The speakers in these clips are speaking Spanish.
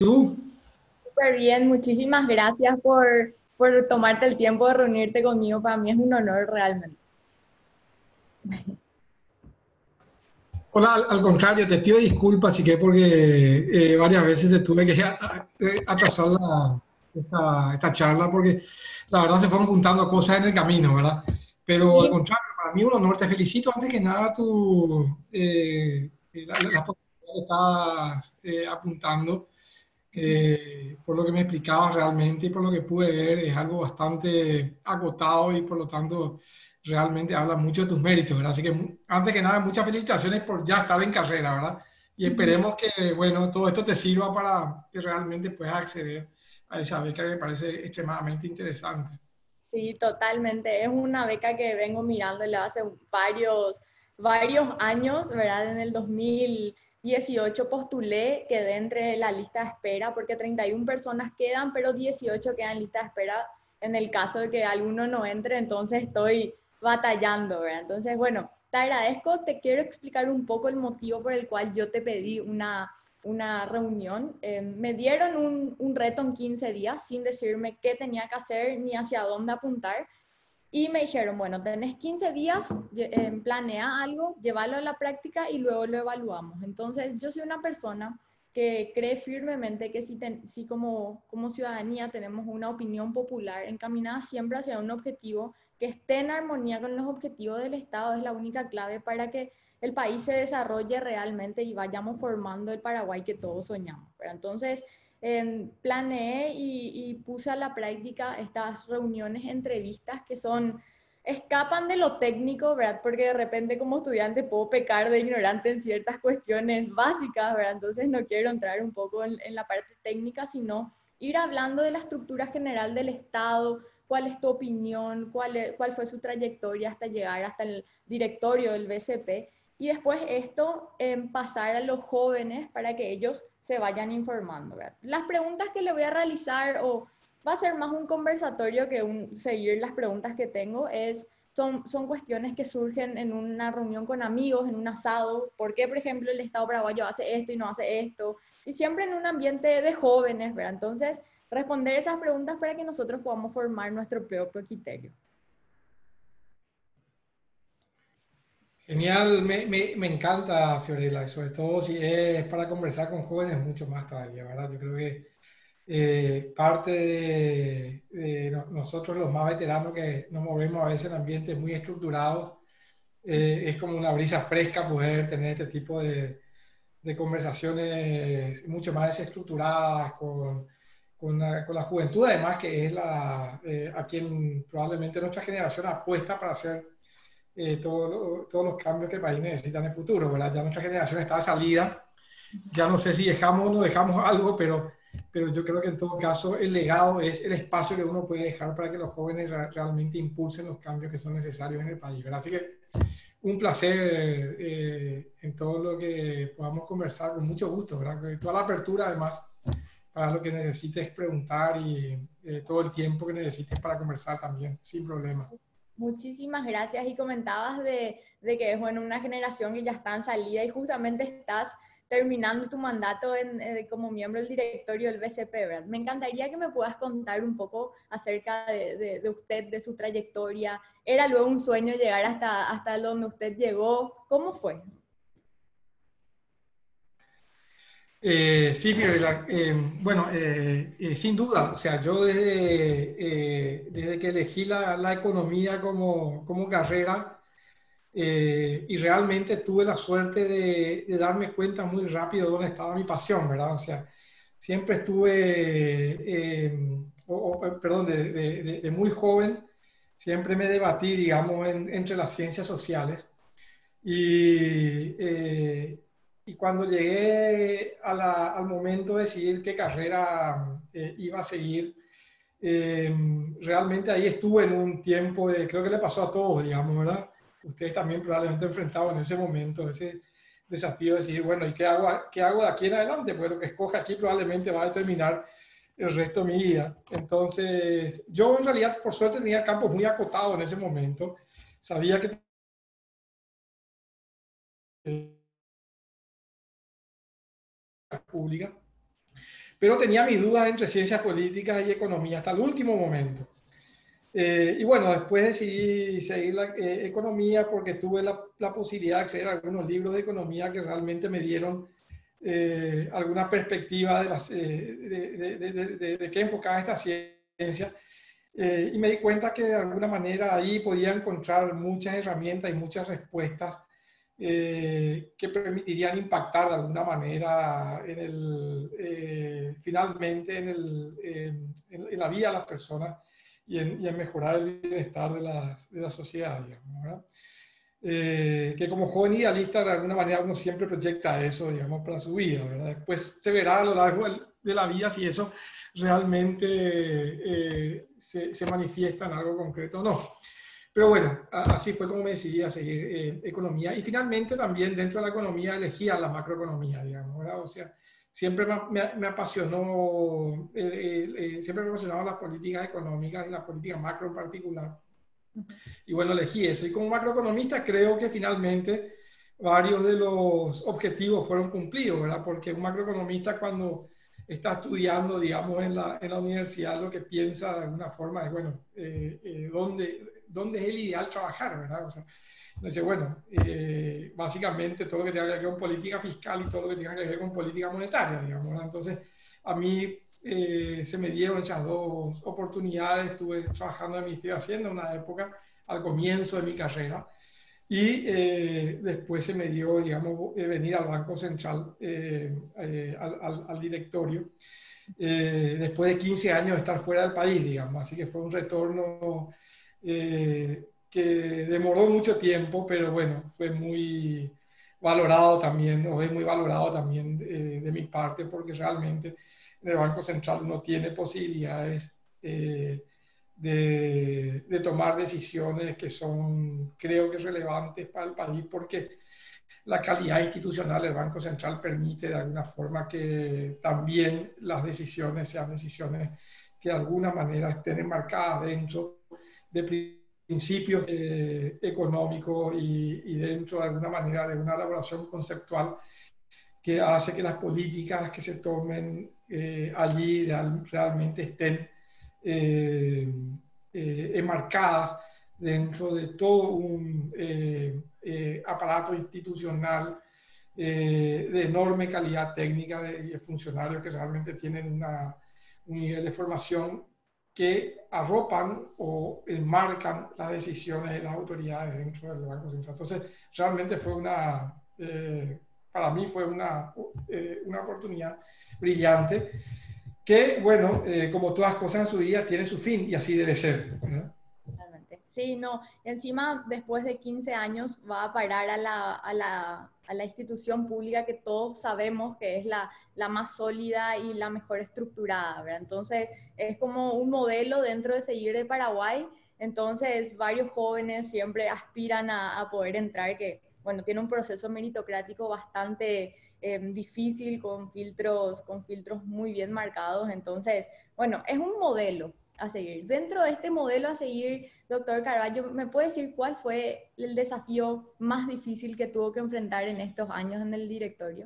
¿Tú? Súper bien, muchísimas gracias por tomarte el tiempo de reunirte conmigo. Para mí es un honor realmente. Hola, al contrario, te pido disculpas, sí que porque varias veces te tuve que atrasar esta charla porque la verdad se fueron juntando cosas en el camino, ¿verdad? Pero al Sí, contrario, para mí un honor, te felicito antes que nada las posibilidades que estás apuntando, por lo que me explicabas realmente y por lo que pude ver, es algo bastante acotado y por lo tanto realmente habla mucho de tus méritos, ¿verdad? Así que antes que nada, muchas felicitaciones por ya estar en carrera, ¿verdad? Y esperemos que, bueno, todo esto te sirva para que realmente puedas acceder a esa beca que me parece extremadamente interesante. sí, totalmente. Es una beca que vengo mirándole hace varios años, ¿verdad? En el 2018 postulé, quedé entre la lista de espera porque 31 personas quedan, pero 18 quedan en lista de espera en el caso de que alguno no entre, entonces estoy batallando, ¿verdad? Entonces, bueno, te agradezco, te quiero explicar un poco el motivo por el cual yo te pedí una reunión. Me dieron un reto en 15 días sin decirme qué tenía que hacer ni hacia dónde apuntar. Y me dijeron, bueno, tenés 15 días, planea algo, llévalo a la práctica y luego lo evaluamos. Entonces, yo soy una persona que cree firmemente que si como ciudadanía tenemos una opinión popular encaminada siempre hacia un objetivo que esté en armonía con los objetivos del Estado, es la única clave para que el país se desarrolle realmente y vayamos formando el Paraguay que todos soñamos. ¿Verdad? Entonces, planeé y puse a la práctica estas reuniones, entrevistas que escapan de lo técnico, ¿verdad? Porque de repente como estudiante puedo pecar de ignorante en ciertas cuestiones básicas, ¿verdad? Entonces no quiero entrar un poco en la parte técnica, sino ir hablando de la estructura general del Estado, cuál es tu opinión, cuál fue su trayectoria hasta llegar hasta el directorio del BCP y después esto pasar a los jóvenes para que ellos se vayan informando. ¿Verdad? Las preguntas que le voy a realizar o va a ser más un conversatorio que seguir las preguntas que tengo son cuestiones que surgen en una reunión con amigos, en un asado. ¿Por qué, por ejemplo, el Estado paraguayo hace esto y no hace esto? Y siempre en un ambiente de jóvenes, ¿verdad? Entonces, responder esas preguntas para que nosotros podamos formar nuestro propio criterio. Genial, me encanta Fiorella, y sobre todo si es para conversar con jóvenes, mucho más todavía, ¿verdad? Yo creo que parte de nosotros los más veteranos que nos movemos a veces en ambientes muy estructurados, es como una brisa fresca poder tener este tipo de conversaciones mucho más desestructuradas con la juventud, además que es a quien probablemente nuestra generación apuesta para hacer todos los cambios que el país necesita en el futuro, ¿verdad? Ya nuestra generación está de salida, ya no sé si dejamos o no dejamos algo, pero yo creo que en todo caso el legado es el espacio que uno puede dejar para que los jóvenes realmente impulsen los cambios que son necesarios en el país, ¿verdad? Así que un placer en todo lo que podamos conversar, con mucho gusto, ¿verdad? Con toda la apertura además para lo que necesites preguntar y todo el tiempo que necesites para conversar también, sin problema. Muchísimas gracias y comentabas de que es bueno, una generación que ya está en salida y justamente estás terminando tu mandato como miembro del directorio del BCP, ¿verdad? Me encantaría que me puedas contar un poco acerca de usted, de su trayectoria. ¿Era luego un sueño llegar hasta donde usted llegó? ¿Cómo fue? Sí, Fiorella, bueno, sin duda, o sea, yo desde que elegí la economía como carrera, y realmente tuve la suerte de darme cuenta muy rápido dónde estaba mi pasión, ¿verdad? O sea, siempre estuve, perdón, de muy joven, siempre me debatí, digamos, entre las ciencias sociales. Y cuando llegué al momento de decidir qué carrera iba a seguir, realmente ahí estuve en un tiempo creo que le pasó a todos, digamos, ¿verdad? Ustedes también probablemente enfrentaban en ese momento ese desafío de decir, bueno, ¿y qué hago de aquí en adelante? Porque lo que escoja aquí probablemente va a determinar el resto de mi vida. Entonces, yo en realidad, por suerte, tenía campos muy acotados en ese momento. Sabía que pública, pero tenía mis dudas entre ciencias políticas y economía hasta el último momento. Y bueno, después decidí seguir la economía porque tuve la posibilidad de acceder a algunos libros de economía que realmente me dieron alguna perspectiva de qué enfocaba esta ciencia. Y me di cuenta que de alguna manera ahí podía encontrar muchas herramientas y muchas respuestas que permitirían impactar de alguna manera finalmente en la vida de las personas y en mejorar el bienestar de la sociedad, digamos, ¿verdad? Que como joven idealista de alguna manera uno siempre proyecta eso, digamos, para su vida, ¿verdad? Después se verá a lo largo de la vida si eso realmente se manifiesta en algo concreto o no. Pero bueno, así fue como me decidí a seguir economía y finalmente también dentro de la economía elegía la macroeconomía, digamos, ¿verdad? O sea, siempre me apasionó, siempre me apasionaban las políticas económicas y la política macro en particular. Y bueno, elegí eso. Y como macroeconomista creo que finalmente varios de los objetivos fueron cumplidos, ¿verdad? Porque un macroeconomista cuando está estudiando, digamos, en la universidad, lo que piensa de alguna forma es, bueno, ¿dónde es el ideal trabajar, ¿verdad? O sea, dice, bueno, básicamente todo lo que tenga que ver con política fiscal y todo lo que tenga que ver con política monetaria, digamos, ¿verdad? Entonces, a mí se me dieron esas dos oportunidades, estuve trabajando en el Ministerio de Hacienda en una época al comienzo de mi carrera y después se me dio, digamos, venir al Banco Central, al directorio, después de 15 años de estar fuera del país, digamos, así que fue un retorno que demoró mucho tiempo, pero bueno, fue muy valorado también, o es muy valorado también de mi parte, porque realmente en el Banco Central uno tiene posibilidades de tomar decisiones que son, creo que, relevantes para el país, porque la calidad institucional del Banco Central permite de alguna forma que también las decisiones sean decisiones que de alguna manera estén enmarcadas dentro de principios económicos y dentro de alguna manera de una elaboración conceptual que hace que las políticas que se tomen allí realmente estén enmarcadas dentro de todo un aparato institucional de enorme calidad técnica de funcionarios que realmente tienen un nivel de formación que arropan o enmarcan las decisiones de las autoridades dentro del Banco Central. Entonces, realmente fue para mí fue una oportunidad brillante que, bueno, como todas cosas en su vida, tiene su fin y así debe ser, ¿verdad? Totalmente. Sí, no, encima después de 15 años va a parar a la institución pública que todos sabemos que es la más sólida y la mejor estructurada, ¿verdad? Entonces es como un modelo dentro de seguir el Paraguay, entonces varios jóvenes siempre aspiran a poder entrar, que bueno, tiene un proceso meritocrático bastante difícil, con filtros muy bien marcados, entonces, bueno, es un modelo a seguir. Dentro de este modelo a seguir, doctor Carballo, ¿me puede decir cuál fue el desafío más difícil que tuvo que enfrentar en estos años en el directorio?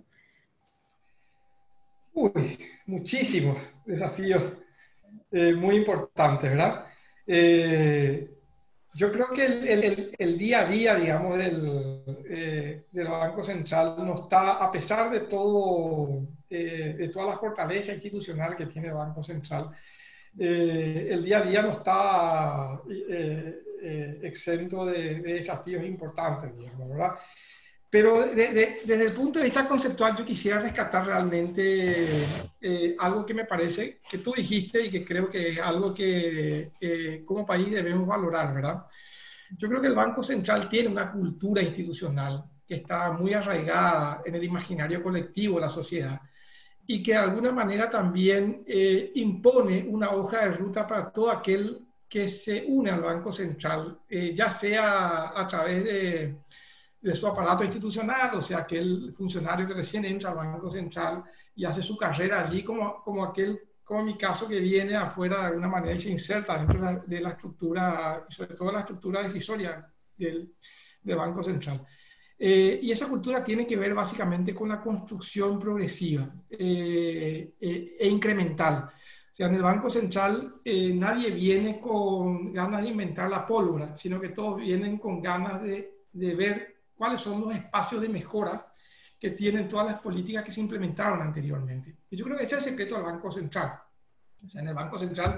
Uy, muchísimos desafíos muy importantes, ¿verdad? Eh, yo creo que el día a día, digamos, del Banco Central no está, a pesar de todo, de toda la fortaleza institucional que tiene el Banco Central, el día a día no está exento de desafíos importantes, digamos, ¿verdad? Pero desde el punto de vista conceptual, yo quisiera rescatar realmente algo que me parece que tú dijiste y que creo que es algo que como país debemos valorar, ¿verdad? Yo creo que el Banco Central tiene una cultura institucional que está muy arraigada en el imaginario colectivo de la sociedad y que de alguna manera también impone una hoja de ruta para todo aquel que se une al Banco Central, ya sea a través de su aparato institucional, o sea, aquel funcionario que recién entra al Banco Central y hace su carrera allí, como en mi caso, que viene afuera de alguna manera y se inserta dentro de la estructura, sobre todo la estructura decisoria del Banco Central. Y esa cultura tiene que ver básicamente con la construcción progresiva e incremental. O sea, en el Banco Central nadie viene con ganas de inventar la pólvora, sino que todos vienen con ganas de ver cuáles son los espacios de mejora que tienen todas las políticas que se implementaron anteriormente. Y yo creo que ese es el secreto del Banco Central. O sea, en el Banco Central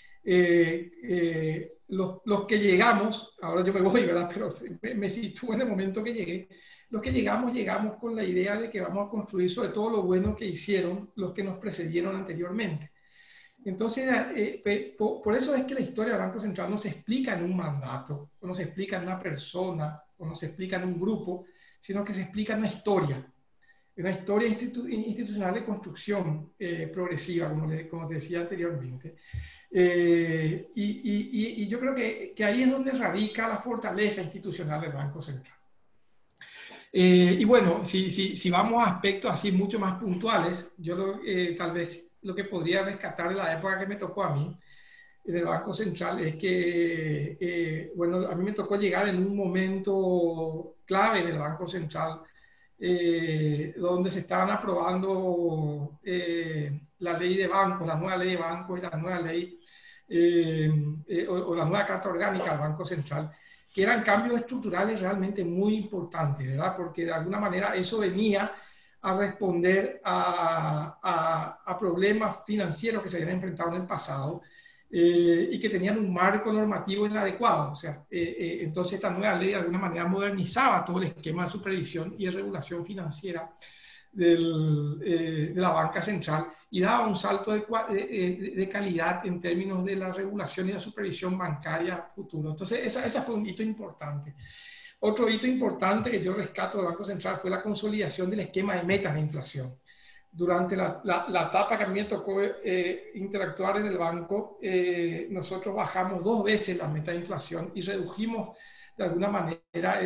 los que llegamos, ahora yo me voy, ¿verdad? Pero me sitúo en el momento que llegué, los que llegamos con la idea de que vamos a construir sobre todo lo bueno que hicieron los que nos precedieron anteriormente. Entonces, por eso es que la historia del Banco Central no se explica en un mandato, o no se explica en una persona, o no se explica en un grupo, sino que se explica en una historia institucional de construcción progresiva, como te decía anteriormente. Y yo creo que ahí es donde radica la fortaleza institucional del Banco Central. Y bueno, si vamos a aspectos así mucho más puntuales, tal vez lo que podría rescatar de la época que me tocó a mí en el Banco Central es que, bueno, a mí me tocó llegar en un momento clave en el Banco Central, donde se estaban aprobando la ley de bancos, la nueva ley de bancos y la nueva ley o la nueva Carta Orgánica del Banco Central, que eran cambios estructurales realmente muy importantes, ¿verdad? Porque de alguna manera eso venía a responder a problemas financieros que se habían enfrentado en el pasado y que tenían un marco normativo inadecuado. O sea, entonces esta nueva ley de alguna manera modernizaba todo el esquema de supervisión y de regulación financiera de la banca central y daba un salto de calidad en términos de la regulación y la supervisión bancaria futuro. Entonces, esa fue un hito importante. Otro hito importante que yo rescato del Banco Central fue la consolidación del esquema de metas de inflación. Durante la etapa que a mí me tocó interactuar en el banco, nosotros bajamos 2 veces la meta de inflación y redujimos de alguna manera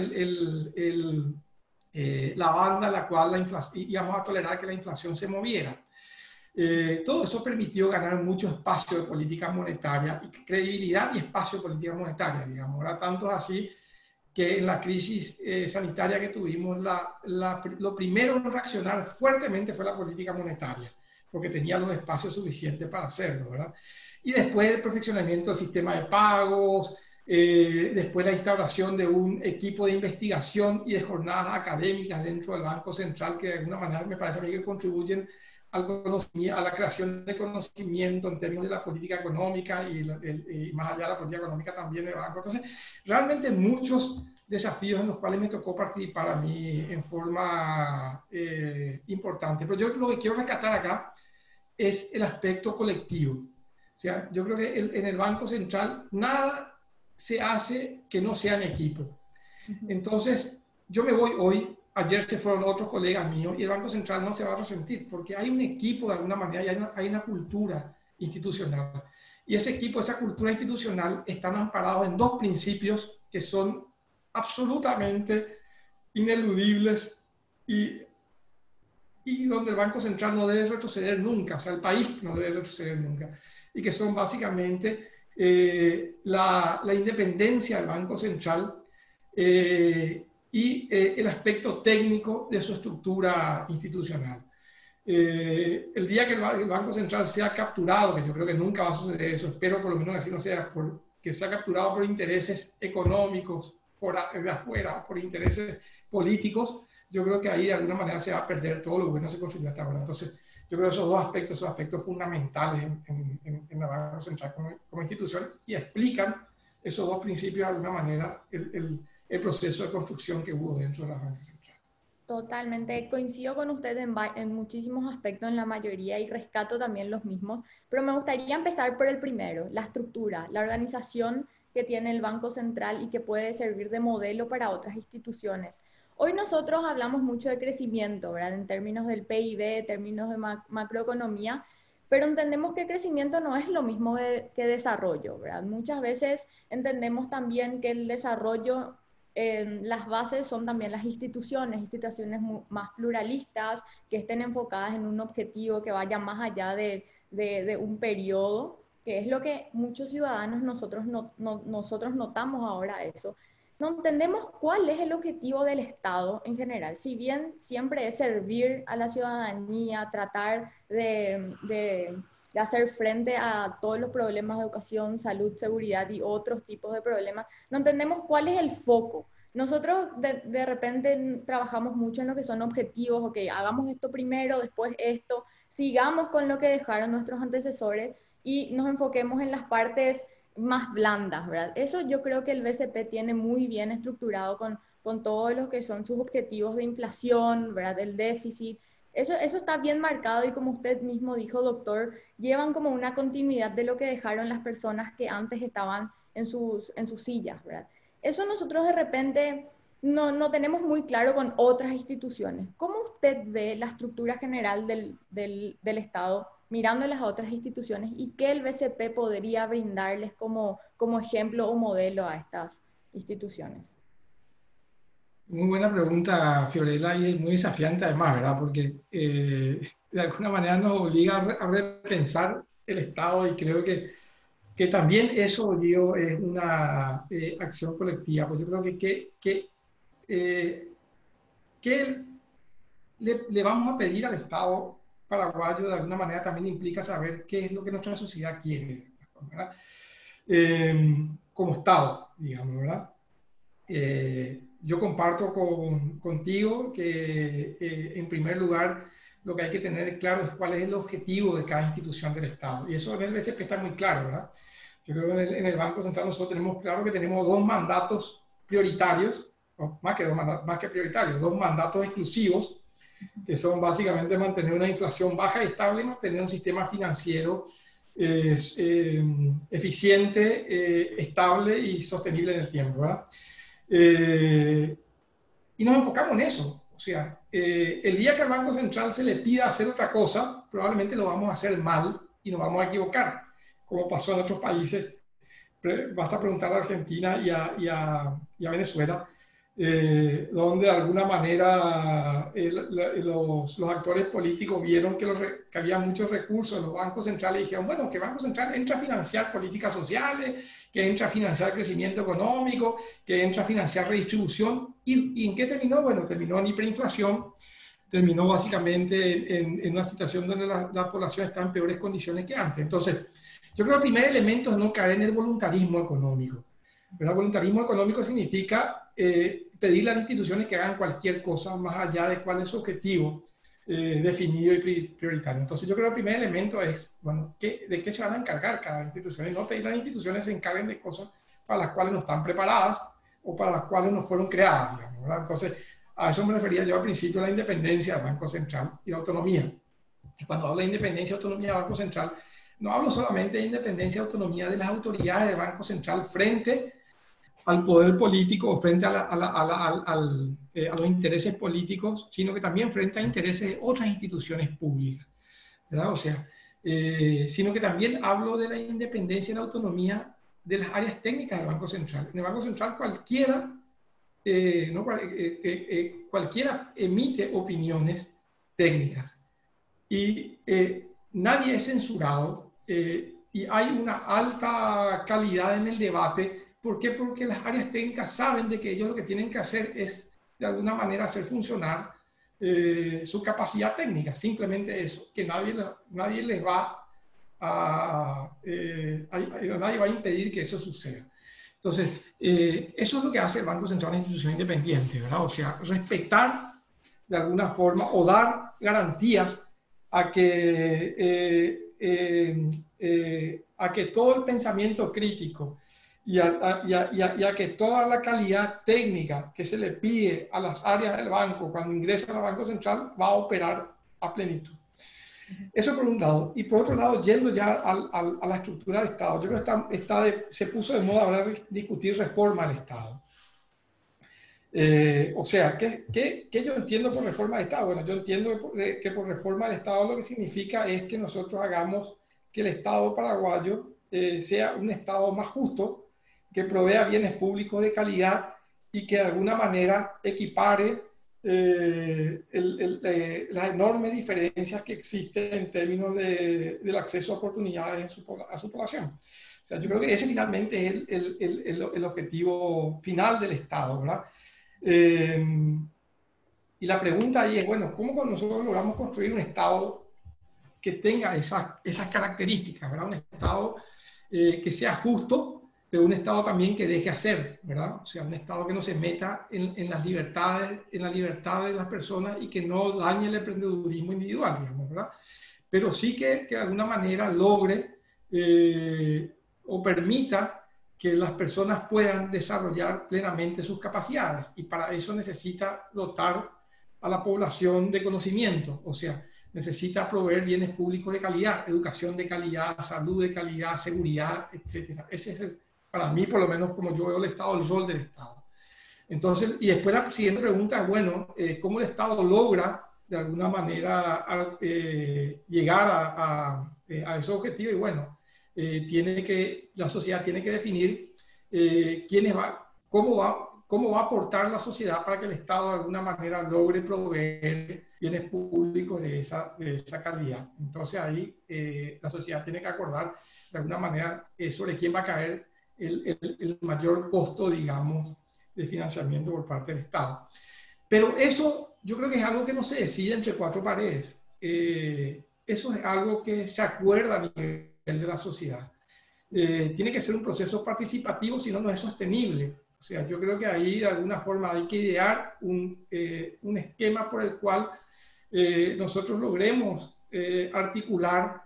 la banda en la cual íbamos a tolerar que la inflación se moviera. Todo eso permitió ganar mucho espacio de política monetaria y credibilidad y espacio de política monetaria, digamos. Ahora, tanto así que en la crisis sanitaria que tuvimos, lo primero en reaccionar fuertemente fue la política monetaria, porque tenía los espacios suficientes para hacerlo, ¿verdad? Y después el perfeccionamiento del sistema de pagos, después la instauración de un equipo de investigación y de jornadas académicas dentro del Banco Central, que de alguna manera me parece a mí que contribuyen a la creación de conocimiento en términos de la política económica y más allá de la política económica también del banco. Entonces, realmente muchos desafíos en los cuales me tocó participar a mí en forma importante. Pero yo lo que quiero rescatar acá es el aspecto colectivo. O sea, yo creo que en el Banco Central nada se hace que no sea en equipo. Entonces, yo me voy hoy, ayer se fueron otros colegas míos y el Banco Central no se va a resentir porque hay un equipo de alguna manera y hay una cultura institucional. Y ese equipo, esa cultura institucional están amparados en 2 principios que son absolutamente ineludibles y donde el Banco Central no debe retroceder nunca, o sea, el país no debe retroceder nunca, y que son básicamente la independencia del Banco Central el aspecto técnico de su estructura institucional. El día que el Banco Central sea capturado, que yo creo que nunca va a suceder eso, espero por lo menos que así no sea, que sea capturado por intereses económicos de afuera, por intereses políticos, yo creo que ahí de alguna manera se va a perder todo lo bueno que se construyó hasta ahora. Entonces, yo creo que esos dos aspectos son aspectos fundamentales en la Banco Central como institución y explican esos 2 principios de alguna manera el proceso de construcción que hubo dentro de la Banca Central. Totalmente, coincido con usted en muchísimos aspectos, en la mayoría, y rescato también los mismos, pero me gustaría empezar por el primero, la estructura, la organización que tiene el Banco Central y que puede servir de modelo para otras instituciones. Hoy nosotros hablamos mucho de crecimiento, ¿verdad? En términos del PIB, en términos de macroeconomía, pero entendemos que crecimiento no es lo mismo que desarrollo, ¿verdad? Muchas veces entendemos también que el desarrollo las bases son también las instituciones más pluralistas, que estén enfocadas en un objetivo que vaya más allá de un periodo, que es lo que muchos ciudadanos nosotros notamos ahora eso. no entendemos cuál es el objetivo del Estado en general. Si bien siempre es servir a la ciudadanía, tratar de hacer frente a todos los problemas de educación, salud, seguridad y otros tipos de problemas, no entendemos cuál es el foco. Nosotros de repente trabajamos mucho en lo que son objetivos, ok, hagamos esto primero, después esto, sigamos con lo que dejaron nuestros antecesores y nos enfoquemos en las partes más blandas, ¿verdad? Eso yo creo que el BCP tiene muy bien estructurado con todos los que son sus objetivos de inflación, ¿verdad? El déficit. Eso está bien marcado y como usted mismo dijo, doctor, llevan como una continuidad de lo que dejaron las personas que antes estaban en sus sillas, ¿verdad? Eso nosotros de repente no tenemos muy claro con otras instituciones. ¿Cómo usted ve la estructura general del Estado mirando las otras instituciones y qué el BCP podría brindarles como ejemplo o modelo a estas instituciones? Muy buena pregunta, Fiorella, y es muy desafiante además, ¿verdad? Porque de alguna manera nos obliga a repensar el Estado y creo que también eso, Gio, es una acción colectiva. Pues yo creo eh, que le vamos a pedir al Estado paraguayo de alguna manera también implica saber qué es lo que nuestra sociedad quiere, ¿verdad? Como Estado, digamos, ¿verdad? Yo comparto contigo que en primer lugar lo que hay que tener claro es cuál es el objetivo de cada institución del Estado. Y eso en el BCP está muy claro, ¿verdad? Yo creo que en el Banco Central nosotros tenemos claro que tenemos dos mandatos prioritarios, o más que, más que prioritarios, dos mandatos exclusivos, que son básicamente mantener una inflación baja y estable y mantener un sistema financiero eficiente, estable y sostenible en el tiempo, ¿verdad? Eh, y nos enfocamos en eso. O sea, el día que al Banco Central se le pida hacer otra cosa, probablemente lo vamos a hacer mal y nos vamos a equivocar, como pasó en otros países. Basta preguntar a Argentina y a Venezuela, donde de alguna manera los actores políticos vieron que había muchos recursos en los bancos centrales y dijeron, bueno, que el Banco Central entra a financiar políticas sociales, que entra a financiar crecimiento económico, que entra a financiar redistribución. ¿Y en qué terminó? Bueno, terminó en hiperinflación, terminó básicamente en una situación donde la población está en peores condiciones que antes. Entonces, yo creo que el primer elemento es no caer en el voluntarismo económico. Pero el voluntarismo económico significa pedirle a las instituciones que hagan cualquier cosa más allá de cuál es su objetivo definido y prioritario. Entonces yo creo que el primer elemento es, bueno, ¿de qué se van a encargar cada institución? Y no pedir a las instituciones se encarguen de cosas para las cuales no están preparadas o para las cuales no fueron creadas, digamos, ¿verdad? Entonces, a eso me refería yo al principio, la independencia del Banco Central y la autonomía. Y cuando hablo de independencia y autonomía del Banco Central, no hablo solamente de independencia y autonomía de las autoridades del Banco Central frente al poder político o frente a los intereses políticos, sino que también frente a intereses de otras instituciones públicas, ¿verdad? O sea, sino que también hablo de la independencia y la autonomía de las áreas técnicas del Banco Central. En el Banco Central cualquiera emite opiniones técnicas y nadie es censurado y hay una alta calidad en el debate. ¿Por qué? Porque las áreas técnicas saben de que ellos lo que tienen que hacer es de alguna manera hacer funcionar su capacidad técnica, simplemente eso, que nadie les va nadie va a impedir que eso suceda. Entonces, eso es lo que hace el Banco Central, una institución independiente, ¿verdad? O sea, respetar de alguna forma o dar garantías a que todo el pensamiento crítico y a que toda la calidad técnica que se le pide a las áreas del banco cuando ingresan al Banco Central va a operar a plenitud. Eso por un lado. Y por otro lado, yendo ya a la estructura del Estado, yo creo que se puso de moda ahora discutir reforma al Estado. O sea, ¿qué yo entiendo por reforma del Estado? Bueno, yo entiendo que por reforma del Estado lo que significa es que nosotros hagamos que el Estado paraguayo sea un Estado más justo, que provea bienes públicos de calidad y que de alguna manera equipare las enormes diferencias que existen en términos del acceso a oportunidades a su población. O sea, yo creo que ese finalmente es el objetivo final del Estado, ¿verdad? Eh, y la pregunta ahí es, bueno, ¿cómo nosotros logramos construir un Estado que tenga esas características, ¿verdad? Un Estado que sea justo, pero un Estado también que deje hacer, ¿verdad? O sea, un Estado que no se meta en las libertades, en la libertad de las personas y que no dañe el emprendedurismo individual, digamos, ¿verdad? Pero sí que de alguna manera logre o permita que las personas puedan desarrollar plenamente sus capacidades, y para eso necesita dotar a la población de conocimiento, o sea, necesita proveer bienes públicos de calidad, educación de calidad, salud de calidad, seguridad, etcétera. Ese es para mí, por lo menos, como yo veo el Estado, el rol del Estado. Entonces, y después la siguiente pregunta es, bueno, ¿cómo el Estado logra de alguna manera llegar a esos objetivos? Y bueno, la sociedad tiene que definir cómo va a aportar la sociedad para que el Estado de alguna manera logre proveer bienes públicos de esa calidad. Entonces ahí la sociedad tiene que acordar de alguna manera sobre quién va a caer el mayor costo, digamos, de financiamiento por parte del Estado. Pero eso yo creo que es algo que no se decide entre cuatro paredes. Eso es algo que se acuerda a nivel de la sociedad. Tiene que ser un proceso participativo, si no, no es sostenible. O sea, yo creo que ahí de alguna forma hay que idear un esquema por el cual nosotros logremos articular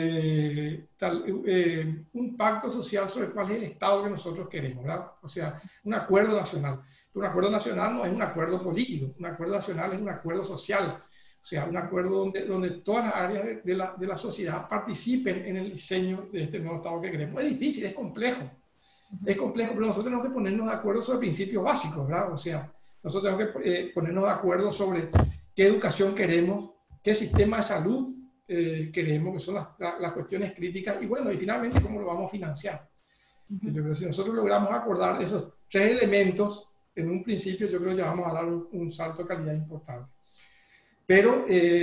un pacto social sobre cuál es el Estado que nosotros queremos, ¿verdad? O sea, un acuerdo nacional. Un acuerdo nacional no es un acuerdo político, un acuerdo nacional es un acuerdo social. O sea, un acuerdo donde todas las áreas de la sociedad participen en el diseño de este nuevo Estado que queremos. Es difícil, es complejo. Es complejo, pero nosotros tenemos que ponernos de acuerdo sobre principios básicos, ¿verdad? O sea, nosotros tenemos que ponernos de acuerdo sobre qué educación queremos, qué sistema de salud queremos, que son las cuestiones críticas, y bueno, y finalmente cómo lo vamos a financiar. Yo creo que si nosotros logramos acordar esos tres elementos, en un principio yo creo que ya vamos a dar un salto de calidad importante. Pero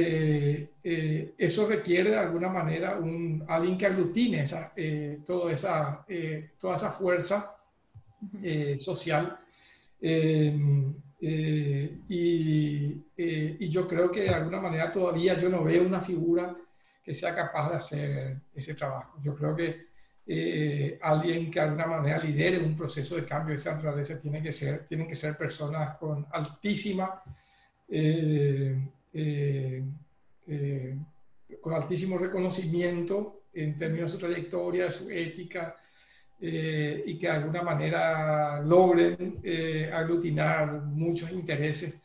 eso requiere de alguna manera alguien que aglutine toda esa fuerza social. Y yo creo que de alguna manera todavía yo no veo una figura que sea capaz de hacer ese trabajo. Yo creo que alguien que de alguna manera lidere un proceso de cambio de esa naturaleza tienen que ser personas con eh, eh, con altísimo reconocimiento en términos de su trayectoria, de su ética, y que de alguna manera logren aglutinar muchos intereses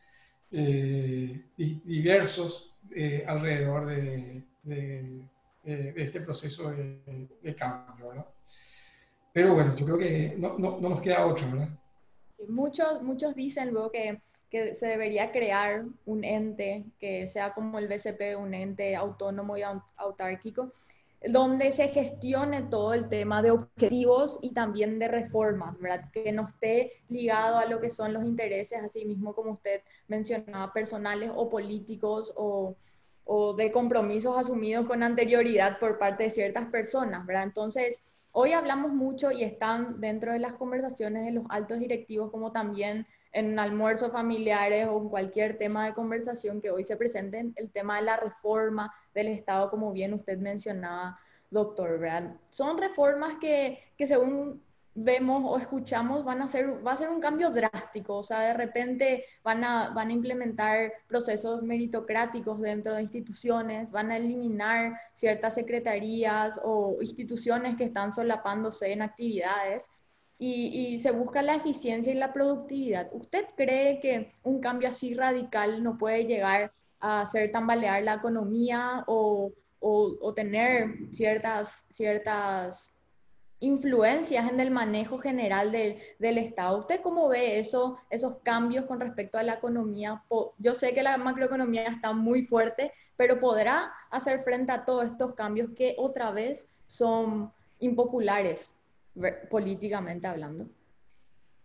diversos alrededor de este proceso de cambio, ¿no? Pero bueno, yo creo que no nos queda otra, ¿verdad? Sí, muchos dicen luego que se debería crear un ente que sea como el BCP, un ente autónomo y autárquico, donde se gestione todo el tema de objetivos y también de reformas, ¿verdad? Que no esté ligado a lo que son los intereses, así mismo como usted mencionaba, personales o políticos o de compromisos asumidos con anterioridad por parte de ciertas personas, ¿verdad? Entonces, hoy hablamos mucho y están dentro de las conversaciones de los altos directivos, como también en almuerzos familiares o en cualquier tema de conversación que hoy se presenten, el tema de la reforma del Estado, como bien usted mencionaba, doctor, ¿verdad? Son reformas que según vemos o escuchamos va a ser un cambio drástico, o sea, de repente van a implementar procesos meritocráticos dentro de instituciones, van a eliminar ciertas secretarías o instituciones que están solapándose en actividades y se busca la eficiencia y la productividad. ¿Usted cree que un cambio así radical no puede llegar a hacer tambalear la economía o tener ciertas influencias en el manejo general del Estado? ¿Usted cómo ve esos cambios con respecto a la economía? Yo sé que la macroeconomía está muy fuerte, pero ¿podrá hacer frente a todos estos cambios que otra vez son impopulares políticamente hablando?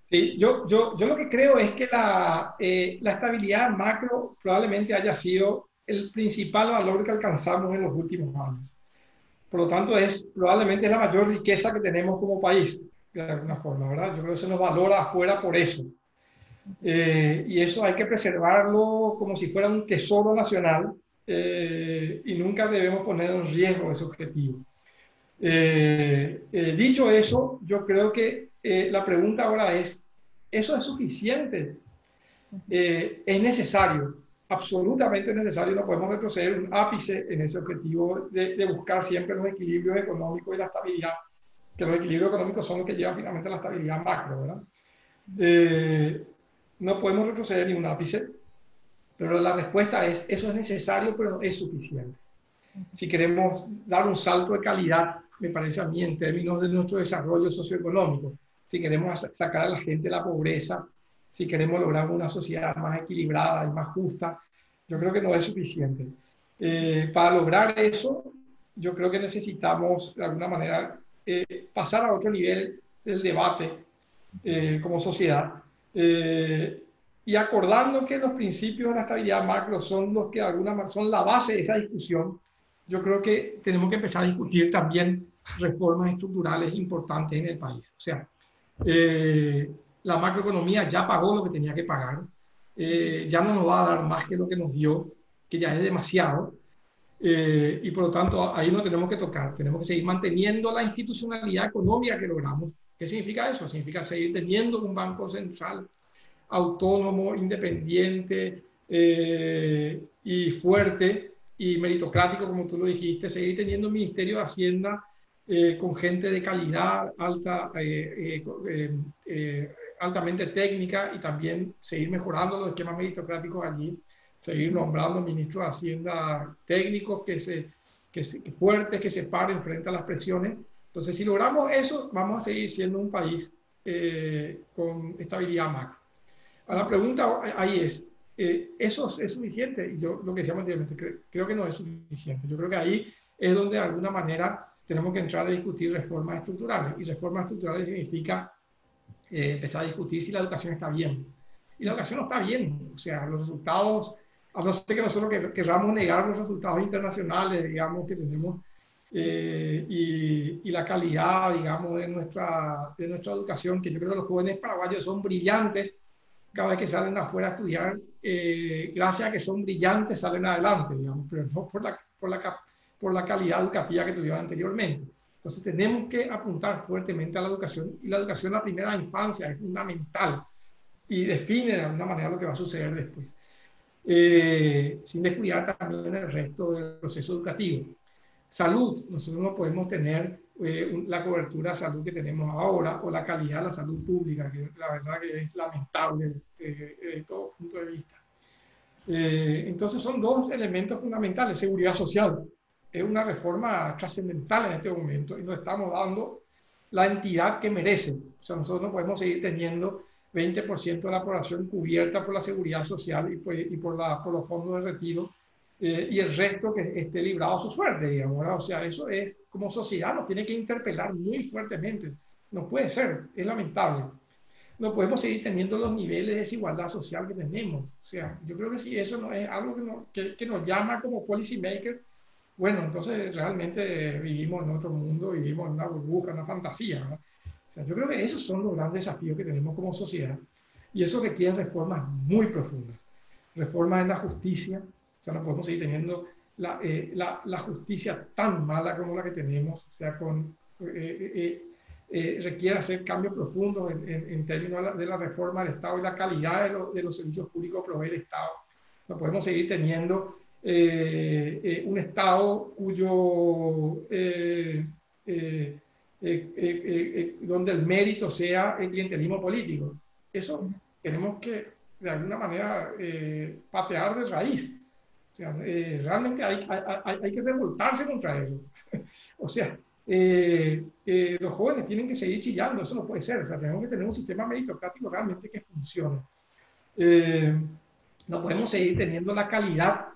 Sí, yo lo que creo es que la estabilidad macro probablemente haya sido el principal valor que alcanzamos en los últimos años. Por lo tanto, probablemente es la mayor riqueza que tenemos como país, de alguna forma, ¿verdad? Yo creo que se nos valora afuera por eso. Y eso hay que preservarlo como si fuera un tesoro nacional, y nunca debemos poner en riesgo ese objetivo. Dicho eso, yo creo que la pregunta ahora es, ¿eso es suficiente? Es necesario, absolutamente necesario, no podemos retroceder un ápice en ese objetivo de buscar siempre los equilibrios económicos y la estabilidad, que los equilibrios económicos son los que llevan finalmente a la estabilidad macro, ¿verdad? Eh, no podemos retroceder ni un ápice, pero la respuesta es, eso es necesario, pero no es suficiente. Si queremos dar un salto de calidad, me parece a mí, en términos de nuestro desarrollo socioeconómico, si queremos sacar a la gente de la pobreza, si queremos lograr una sociedad más equilibrada y más justa, yo creo que no es suficiente. Para lograr eso, yo creo que necesitamos, de alguna manera, pasar a otro nivel del debate como sociedad, y acordando que los principios de la estabilidad macro son los que de alguna manera son la base de esa discusión. Yo creo que tenemos que empezar a discutir también reformas estructurales importantes en el país. O sea, eh, la macroeconomía ya pagó lo que tenía que pagar, ya no nos va a dar más que lo que nos dio, que ya es demasiado, y por lo tanto ahí no tenemos que tocar, tenemos que seguir manteniendo la institucionalidad económica que logramos. ¿Qué significa eso? Significa seguir teniendo un banco central autónomo, independiente, y fuerte y meritocrático, como tú lo dijiste, seguir teniendo un Ministerio de Hacienda con gente de calidad alta, altamente técnica, y también seguir mejorando los esquemas meritocráticos allí, seguir nombrando ministros de Hacienda técnicos que fuertes, que se paren frente a las presiones. Entonces, si logramos eso, vamos a seguir siendo un país con estabilidad macro. A la pregunta ahí es, ¿eso es suficiente? Y yo lo que decíamos anteriormente, creo que no es suficiente. Yo creo que ahí es donde de alguna manera tenemos que entrar a discutir reformas estructurales. Y reformas estructurales significa empezar a discutir si la educación está bien. Y la educación no está bien. O sea, los resultados, a no ser que nosotros querramos negar los resultados internacionales, digamos, que tenemos, y la calidad, digamos, de nuestra educación, que yo creo que los jóvenes paraguayos son brillantes cada vez que salen afuera a estudiar, gracias a que son brillantes, salen adelante, digamos, pero no por la calidad educativa que tuvieron anteriormente. Entonces tenemos que apuntar fuertemente a la educación, y la educación en la primera infancia es fundamental y define de alguna manera lo que va a suceder después, sin descuidar también el resto del proceso educativo. Salud, nosotros no podemos tener la cobertura de salud que tenemos ahora, o la calidad de la salud pública, que la verdad que es lamentable desde todo punto de vista. Entonces son dos elementos fundamentales. Seguridad social es una reforma trascendental en este momento, y nos estamos dando la entidad que merece. O sea, nosotros no podemos seguir teniendo 20% de la población cubierta por la seguridad social y por los fondos de retiro, y el resto que esté librado a su suerte, digamos, ¿verdad? O sea, eso es, como sociedad, nos tiene que interpelar muy fuertemente. No puede ser, es lamentable. No podemos seguir teniendo los niveles de desigualdad social que tenemos. O sea, yo creo que si eso no es algo que nos llama como policy maker, bueno, entonces realmente vivimos en otro mundo, vivimos en una burbuja, en una fantasía, ¿verdad? O sea, yo creo que esos son los grandes desafíos que tenemos como sociedad, y eso requiere reformas muy profundas. Reformas en la justicia. O sea, no podemos seguir teniendo la justicia tan mala como la que tenemos. O sea, requiere hacer cambios profundos en términos de la reforma del Estado y la calidad de los servicios públicos que provee el Estado. No podemos seguir teniendo un Estado donde el mérito sea el clientelismo político. Eso tenemos que, de alguna manera, patear de raíz. O sea, realmente hay que revoltarse contra eso. O sea, los jóvenes tienen que seguir chillando, eso no puede ser. O sea, tenemos que tener un sistema meritocrático realmente que funcione. No podemos seguir teniendo la calidad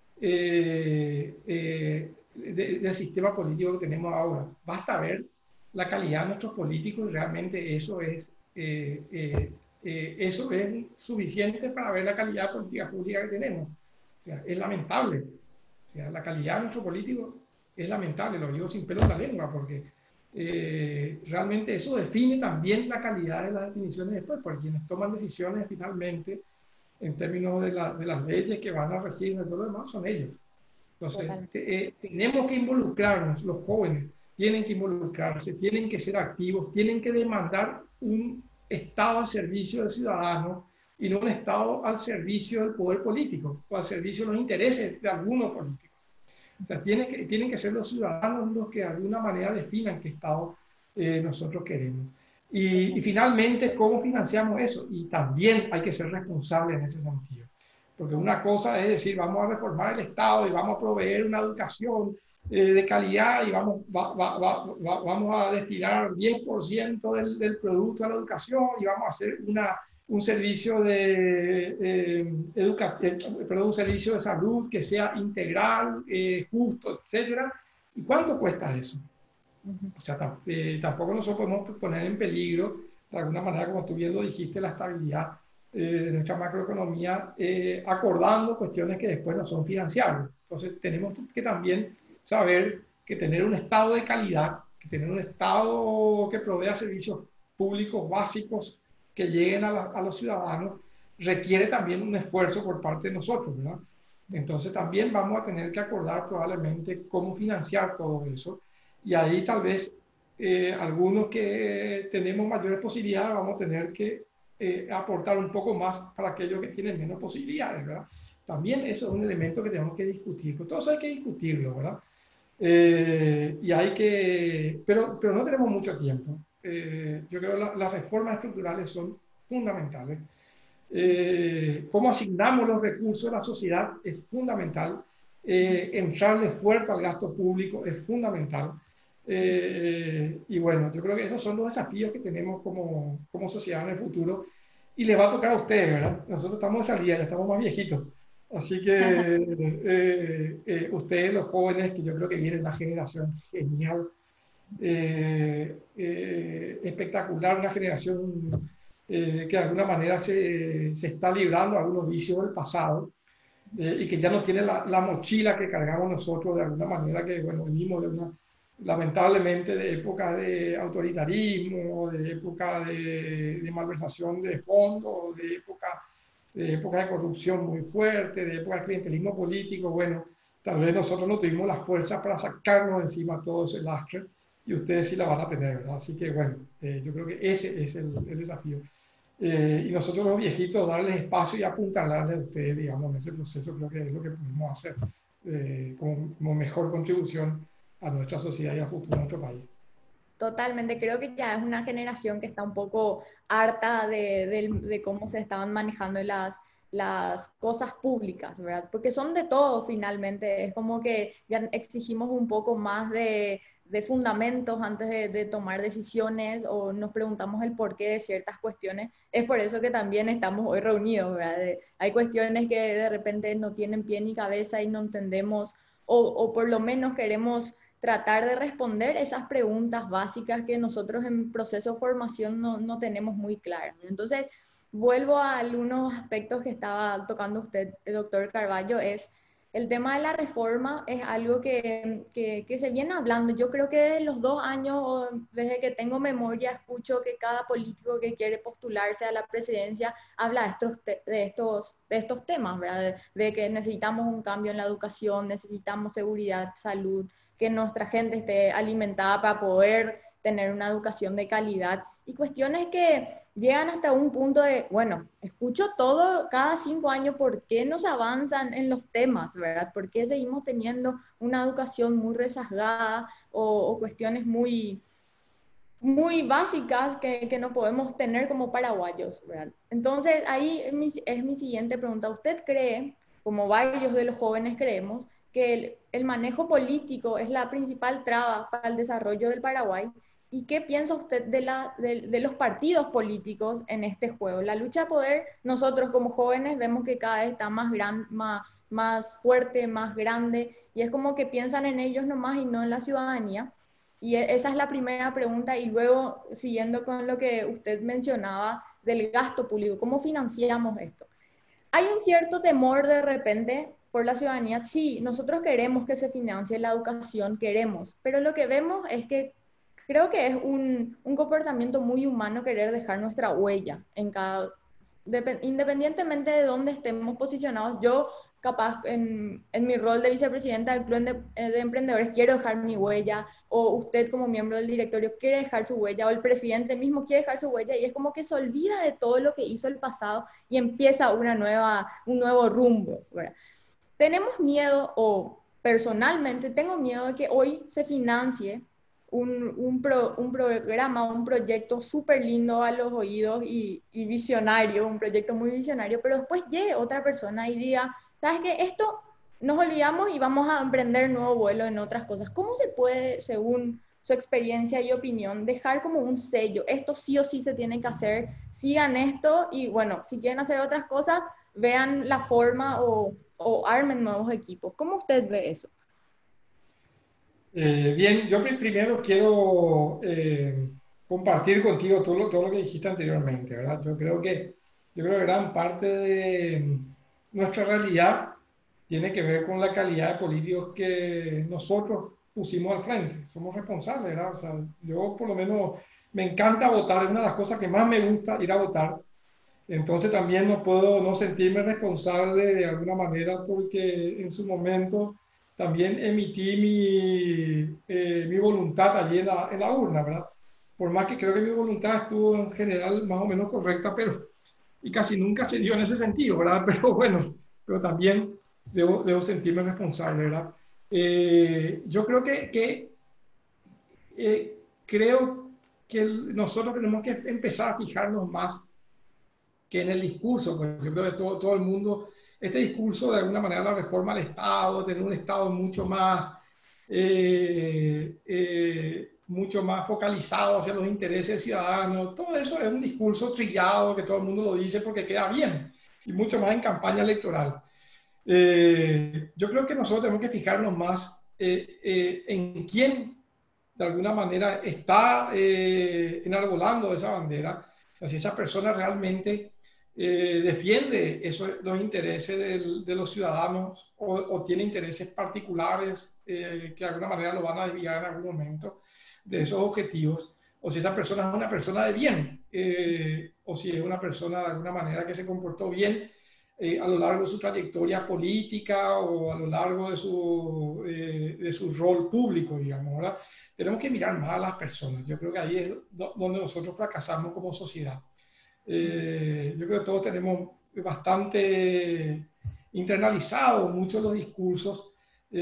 del sistema político que tenemos ahora. Basta ver la calidad de nuestros políticos, y realmente eso es eso es suficiente para ver la calidad de política pública que tenemos. O sea, es lamentable. O sea, la calidad de nuestro político es lamentable, lo digo sin pelo en la lengua, porque realmente eso define también la calidad de las definiciones después, porque quienes toman decisiones finalmente en términos de las leyes que van a regir y todo lo demás son ellos. Entonces, Total. tenemos que involucrarnos, los jóvenes tienen que involucrarse, tienen que ser activos, tienen que demandar un Estado al servicio del ciudadano y no un Estado al servicio del poder político o al servicio de los intereses de algunos políticos. O sea, tienen que ser los ciudadanos los que de alguna manera definan qué Estado nosotros queremos. Y finalmente, ¿cómo financiamos eso? Y también hay que ser responsables en ese sentido. Porque una cosa es decir, vamos a reformar el Estado y vamos a proveer una educación de calidad y vamos a destinar 10% del producto a la educación y vamos a hacer un servicio un servicio de salud que sea integral, justo, etcétera. ¿Y cuánto cuesta eso? O sea, tampoco nosotros podemos poner en peligro, de alguna manera, como tú bien lo dijiste, la estabilidad de nuestra macroeconomía, acordando cuestiones que después no son financiables. Entonces, tenemos que también saber que tener un Estado de calidad, que tener un Estado que provea servicios públicos básicos que lleguen a los ciudadanos, requiere también un esfuerzo por parte de nosotros, ¿verdad? Entonces, también vamos a tener que acordar probablemente cómo financiar todo eso y ahí tal vez algunos que tenemos mayores posibilidades vamos a tener que aportar un poco más para aquellos que tienen menos posibilidades, ¿verdad? También eso es un elemento que tenemos que discutir, pues todo eso hay que discutirlo, ¿verdad? Y hay que, pero no tenemos mucho tiempo. Yo creo que las reformas estructurales son fundamentales. Cómo asignamos los recursos de la sociedad es fundamental. Entrarle fuerte al gasto público es fundamental. Y bueno, yo creo que esos son los desafíos que tenemos como sociedad en el futuro y les va a tocar a ustedes, ¿verdad? Nosotros estamos de salida, ya estamos más viejitos. Así que ustedes, los jóvenes, que yo creo que vienen una generación genial, espectacular, una generación que de alguna manera se está librando de algunos vicios del pasado y que ya no tiene la mochila que cargamos nosotros de alguna manera, que bueno, venimos de una, lamentablemente, de épocas de autoritarismo, de época de malversación de fondos, de época de corrupción muy fuerte, de época de clientelismo político. Bueno, tal vez nosotros no tuvimos la fuerza para sacarnos de encima todo ese lastre y ustedes sí la van a tener, ¿verdad? Así que bueno, yo creo que ese es el desafío. Y nosotros los viejitos darles espacio y apuntalarles a ustedes, digamos, en ese proceso creo que es lo que podemos hacer como mejor contribución a nuestra sociedad y al futuro de nuestro país. Totalmente, creo que ya es una generación que está un poco harta de cómo se estaban manejando las cosas públicas, ¿verdad? Porque son de todo finalmente, es como que ya exigimos un poco más de fundamentos antes de tomar decisiones o nos preguntamos el porqué de ciertas cuestiones. Es por eso que también estamos hoy reunidos, ¿verdad? Hay cuestiones que de repente no tienen pie ni cabeza y no entendemos o por lo menos queremos tratar de responder esas preguntas básicas que nosotros en proceso de formación no tenemos muy claras. Entonces, vuelvo a algunos aspectos que estaba tocando usted, el doctor Carballo, es el tema de la reforma, es algo que se viene hablando. Yo creo que desde los 2 años, o desde que tengo memoria, escucho que cada político que quiere postularse a la presidencia habla de estos temas, ¿verdad? De que necesitamos un cambio en la educación, necesitamos seguridad, salud, que nuestra gente esté alimentada para poder tener una educación de calidad y cuestiones que llegan hasta un punto de, bueno, escucho todo cada 5 años, ¿por qué no se avanzan en los temas, verdad? ¿Por qué seguimos teniendo una educación muy rezagada o cuestiones muy, muy básicas que no podemos tener como paraguayos, ¿verdad? Entonces, ahí es mi siguiente pregunta. ¿Usted cree, como varios de los jóvenes creemos, que el manejo político es la principal traba para el desarrollo del Paraguay? ¿Y qué piensa usted de los partidos políticos en este juego? La lucha de poder, nosotros como jóvenes vemos que cada vez está más fuerte, más grande, y es como que piensan en ellos nomás y no en la ciudadanía. esa es la primera pregunta. Y luego, siguiendo con lo que usted mencionaba del gasto público, ¿cómo financiamos esto? Hay un cierto temor de repente por la ciudadanía. Sí, nosotros queremos que se financie la educación, queremos, pero lo que vemos es que creo que es un comportamiento muy humano querer dejar nuestra huella en cada, independientemente de dónde estemos posicionados. Yo, capaz, en mi rol de vicepresidenta del Club de Emprendedores, quiero dejar mi huella, o usted como miembro del directorio quiere dejar su huella, o el presidente mismo quiere dejar su huella, y es como que se olvida de todo lo que hizo el pasado y empieza un nuevo rumbo, ¿verdad? Tenemos miedo, o personalmente tengo miedo de que hoy se financie un programa, un proyecto súper lindo a los oídos y visionario, un proyecto muy visionario, pero después llegue otra persona y diga, ¿sabes qué? Esto nos olvidamos y vamos a emprender nuevo vuelo en otras cosas. ¿Cómo se puede, según su experiencia y opinión, dejar como un sello? Esto sí o sí se tiene que hacer, sigan esto y bueno, si quieren hacer otras cosas, vean la forma o armen nuevos equipos. ¿Cómo usted ve eso? Bien, yo primero quiero compartir contigo todo lo que dijiste anteriormente, ¿verdad? Yo creo que gran parte de nuestra realidad tiene que ver con la calidad de políticos que nosotros pusimos al frente. Somos responsables, ¿verdad? O sea, yo por lo menos me encanta votar, es una de las cosas que más me gusta ir a votar. Entonces también no puedo no sentirme responsable de alguna manera porque en su momento también emití mi voluntad allí en la urna, ¿verdad? Por más que creo que mi voluntad estuvo en general más o menos correcta, pero y casi nunca se dio en ese sentido, ¿verdad? Pero bueno, pero también debo sentirme responsable, ¿verdad? Yo creo que nosotros tenemos que empezar a fijarnos más que en el discurso, por ejemplo, de todo el mundo, este discurso de alguna manera la reforma al Estado, tener un Estado mucho más focalizado hacia los intereses ciudadanos, todo eso es un discurso trillado que todo el mundo lo dice porque queda bien y mucho más en campaña electoral. Yo creo que nosotros tenemos que fijarnos más en quién de alguna manera está enarbolando esa bandera, o sea, si esa persona realmente defiende los intereses de los ciudadanos o tiene intereses particulares que de alguna manera lo van a desviar en algún momento de esos objetivos, o si esa persona es una persona de bien, o si es una persona de alguna manera que se comportó bien a lo largo de su trayectoria política o a lo largo de su rol público, digamos, ¿verdad? Tenemos que mirar más a las personas. Yo creo que ahí es donde nosotros fracasamos como sociedad. Yo creo que todos tenemos bastante internalizado muchos los discursos,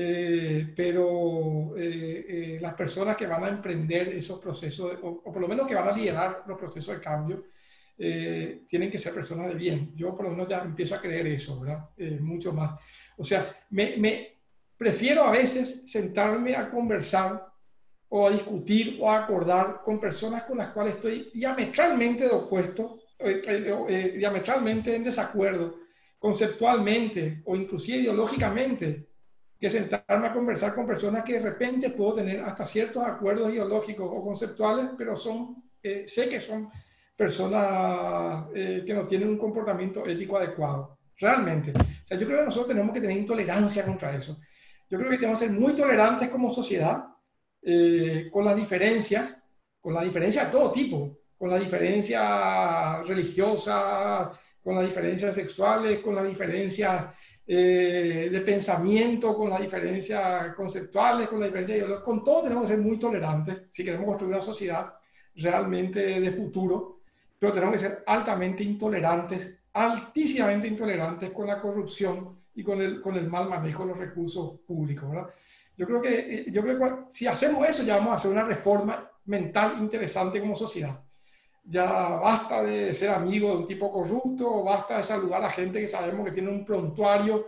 pero las personas que van a emprender esos procesos, o por lo menos que van a liderar los procesos de cambio, tienen que ser personas de bien. Yo por lo menos ya empiezo a creer eso, ¿verdad? Mucho más. O sea, me prefiero a veces sentarme a conversar o a discutir o a acordar con personas con las cuales estoy diametralmente de opuesto, diametralmente en desacuerdo, conceptualmente o inclusive ideológicamente, que sentarme a conversar con personas que de repente puedo tener hasta ciertos acuerdos ideológicos o conceptuales, pero sé que son personas que no tienen un comportamiento ético adecuado. Realmente. O sea, yo creo que nosotros tenemos que tener intolerancia contra eso. Yo creo que tenemos que ser muy tolerantes como sociedad con las diferencias de todo tipo, con las diferencias religiosas, con las diferencias sexuales, con las diferencias de pensamiento, con las diferencias conceptuales, con las diferencias ideológicas. Con todo tenemos que ser muy tolerantes si queremos construir una sociedad realmente de futuro, pero tenemos que ser altamente intolerantes, altísimamente intolerantes con la corrupción y con el mal manejo de los recursos públicos, ¿verdad? Yo creo que si hacemos eso ya vamos a hacer una reforma mental interesante como sociedad. Ya basta de ser amigo de un tipo corrupto, basta de saludar a gente que sabemos que tiene un prontuario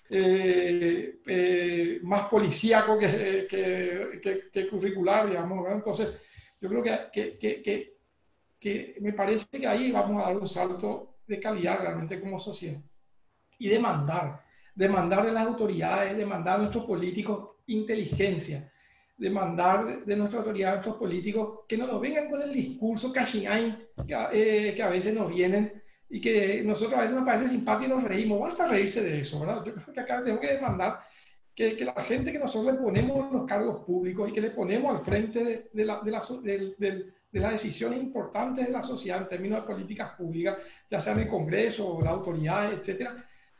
más policíaco que curricular, digamos, ¿verdad? Entonces, yo creo que me parece que ahí vamos a dar un salto de calidad realmente como sociedad. Y demandar de las autoridades, demandar a nuestros políticos inteligencia, demandar de nuestra autoridad, de nuestros políticos, que no nos vengan con el discurso cachinay que a veces nos vienen y que nosotros a veces nos parece simpático y nos reímos. Basta reírse de eso, ¿verdad? Yo creo que acá tenemos que demandar que la gente que nosotros le ponemos los cargos públicos y que le ponemos al frente de las decisiones importantes de la sociedad en términos de políticas públicas, ya sea en el Congreso o las autoridades, etcétera,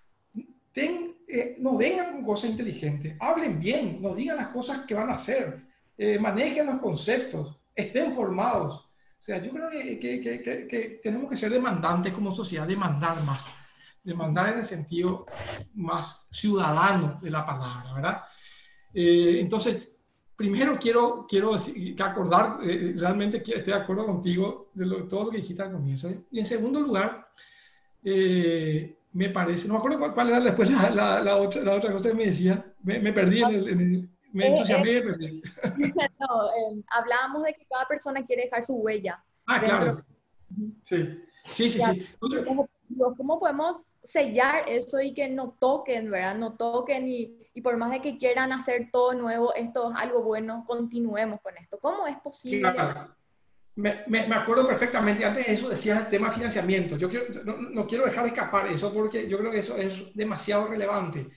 no vengan con cosas inteligentes, hablen bien, nos digan las cosas que van a hacer, manejen los conceptos, estén formados. O sea, yo creo que tenemos que ser demandantes como sociedad, demandar más, demandar en el sentido más ciudadano de la palabra, ¿verdad? Entonces, primero quiero acordar, realmente estoy de acuerdo contigo de todo lo que dijiste al comienzo. Y en segundo lugar, me parece, no me acuerdo cuál era después la otra cosa que me decía, me perdí me entusiasmé y me perdí. No, hablábamos de que cada persona quiere dejar su huella dentro. Claro, sí, sí, sí, sí. ¿Cómo podemos sellar eso y que no toquen, ¿verdad? No toquen y por más de que quieran hacer todo nuevo, esto es algo bueno, continuemos con esto. ¿Cómo es posible? Claro. Me acuerdo perfectamente, antes de eso decías el tema financiamiento. Yo no quiero dejar de escapar eso porque yo creo que eso es demasiado relevante.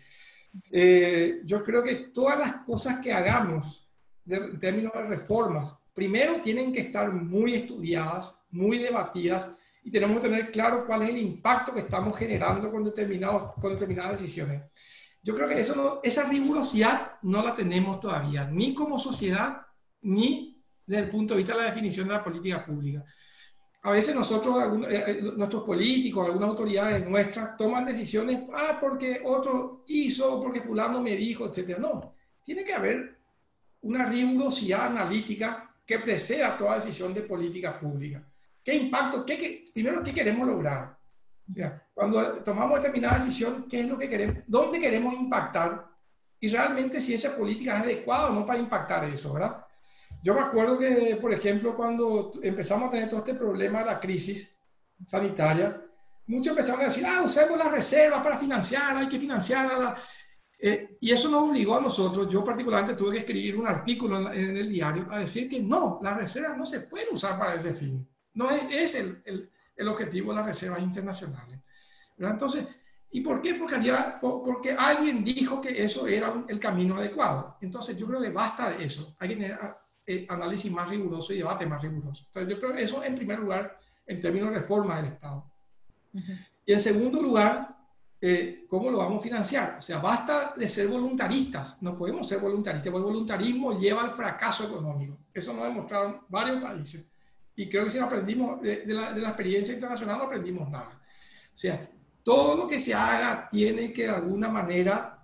Yo creo que todas las cosas que hagamos en términos de reformas, primero tienen que estar muy estudiadas, muy debatidas y tenemos que tener claro cuál es el impacto que estamos generando con determinadas decisiones. Yo creo que esa rigurosidad no la tenemos todavía, ni como sociedad, ni desde el punto de vista de la definición de la política pública. A veces nuestros políticos, algunas autoridades nuestras, toman decisiones porque otro hizo, porque fulano me dijo, etc. No, tiene que haber una rigurosidad analítica que preceda toda decisión de política pública. ¿Qué impacto? Primero, ¿qué queremos lograr? O sea, cuando tomamos determinada decisión, ¿qué es lo que queremos? ¿Dónde queremos impactar? Y realmente si esa política es adecuada o no para impactar eso, ¿verdad? Yo me acuerdo que, por ejemplo, cuando empezamos a tener todo este problema de la crisis sanitaria, muchos empezaron a decir, usemos las reservas para financiar, hay que financiar. Y eso nos obligó a nosotros, yo particularmente tuve que escribir un artículo en el diario a decir que no, las reservas no se pueden usar para ese fin. No es el objetivo de las reservas internacionales, ¿verdad? Entonces, ¿y por qué? Porque alguien dijo que eso era el camino adecuado. Entonces, yo creo que basta de eso. Hay que tener análisis más riguroso y debate más riguroso. Entonces, yo creo que eso en primer lugar, en términos de reforma del Estado. Y en segundo lugar, ¿cómo lo vamos a financiar? O sea, basta de ser voluntaristas. No podemos ser voluntaristas, porque el voluntarismo lleva al fracaso económico. Eso lo demostraron varios países. Y creo que si no aprendimos de la experiencia internacional, no aprendimos nada. O sea, todo lo que se haga tiene que de alguna manera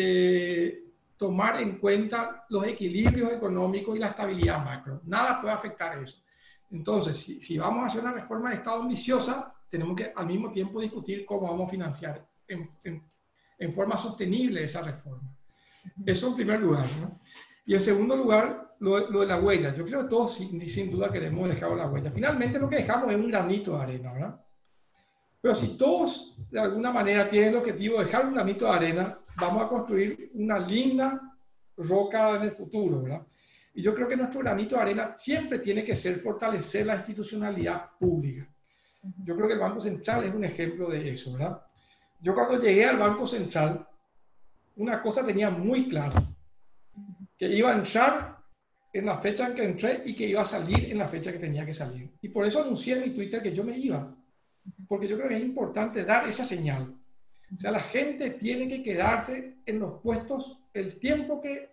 tomar en cuenta los equilibrios económicos y la estabilidad macro. Nada puede afectar eso. Entonces, si vamos a hacer una reforma de Estado ambiciosa, tenemos que al mismo tiempo discutir cómo vamos a financiar en forma sostenible esa reforma. Eso en primer lugar, ¿no? Y en segundo lugar, lo de la huella. Yo creo que todos sin duda queremos dejar la huella. Finalmente lo que dejamos es un granito de arena, ¿verdad? Pero si todos de alguna manera tienen el objetivo de dejar un granito de arena, vamos a construir una linda roca en el futuro, ¿verdad? Y yo creo que nuestro granito de arena siempre tiene que ser fortalecer la institucionalidad pública. Yo creo que el Banco Central es un ejemplo de eso, ¿verdad? Yo cuando llegué al Banco Central, una cosa tenía muy clara, que iba a entrar en la fecha en que entré y que iba a salir en la fecha que tenía que salir. Y por eso anuncié en mi Twitter que yo me iba, porque yo creo que es importante dar esa señal. O sea, la gente tiene que quedarse en los puestos el tiempo que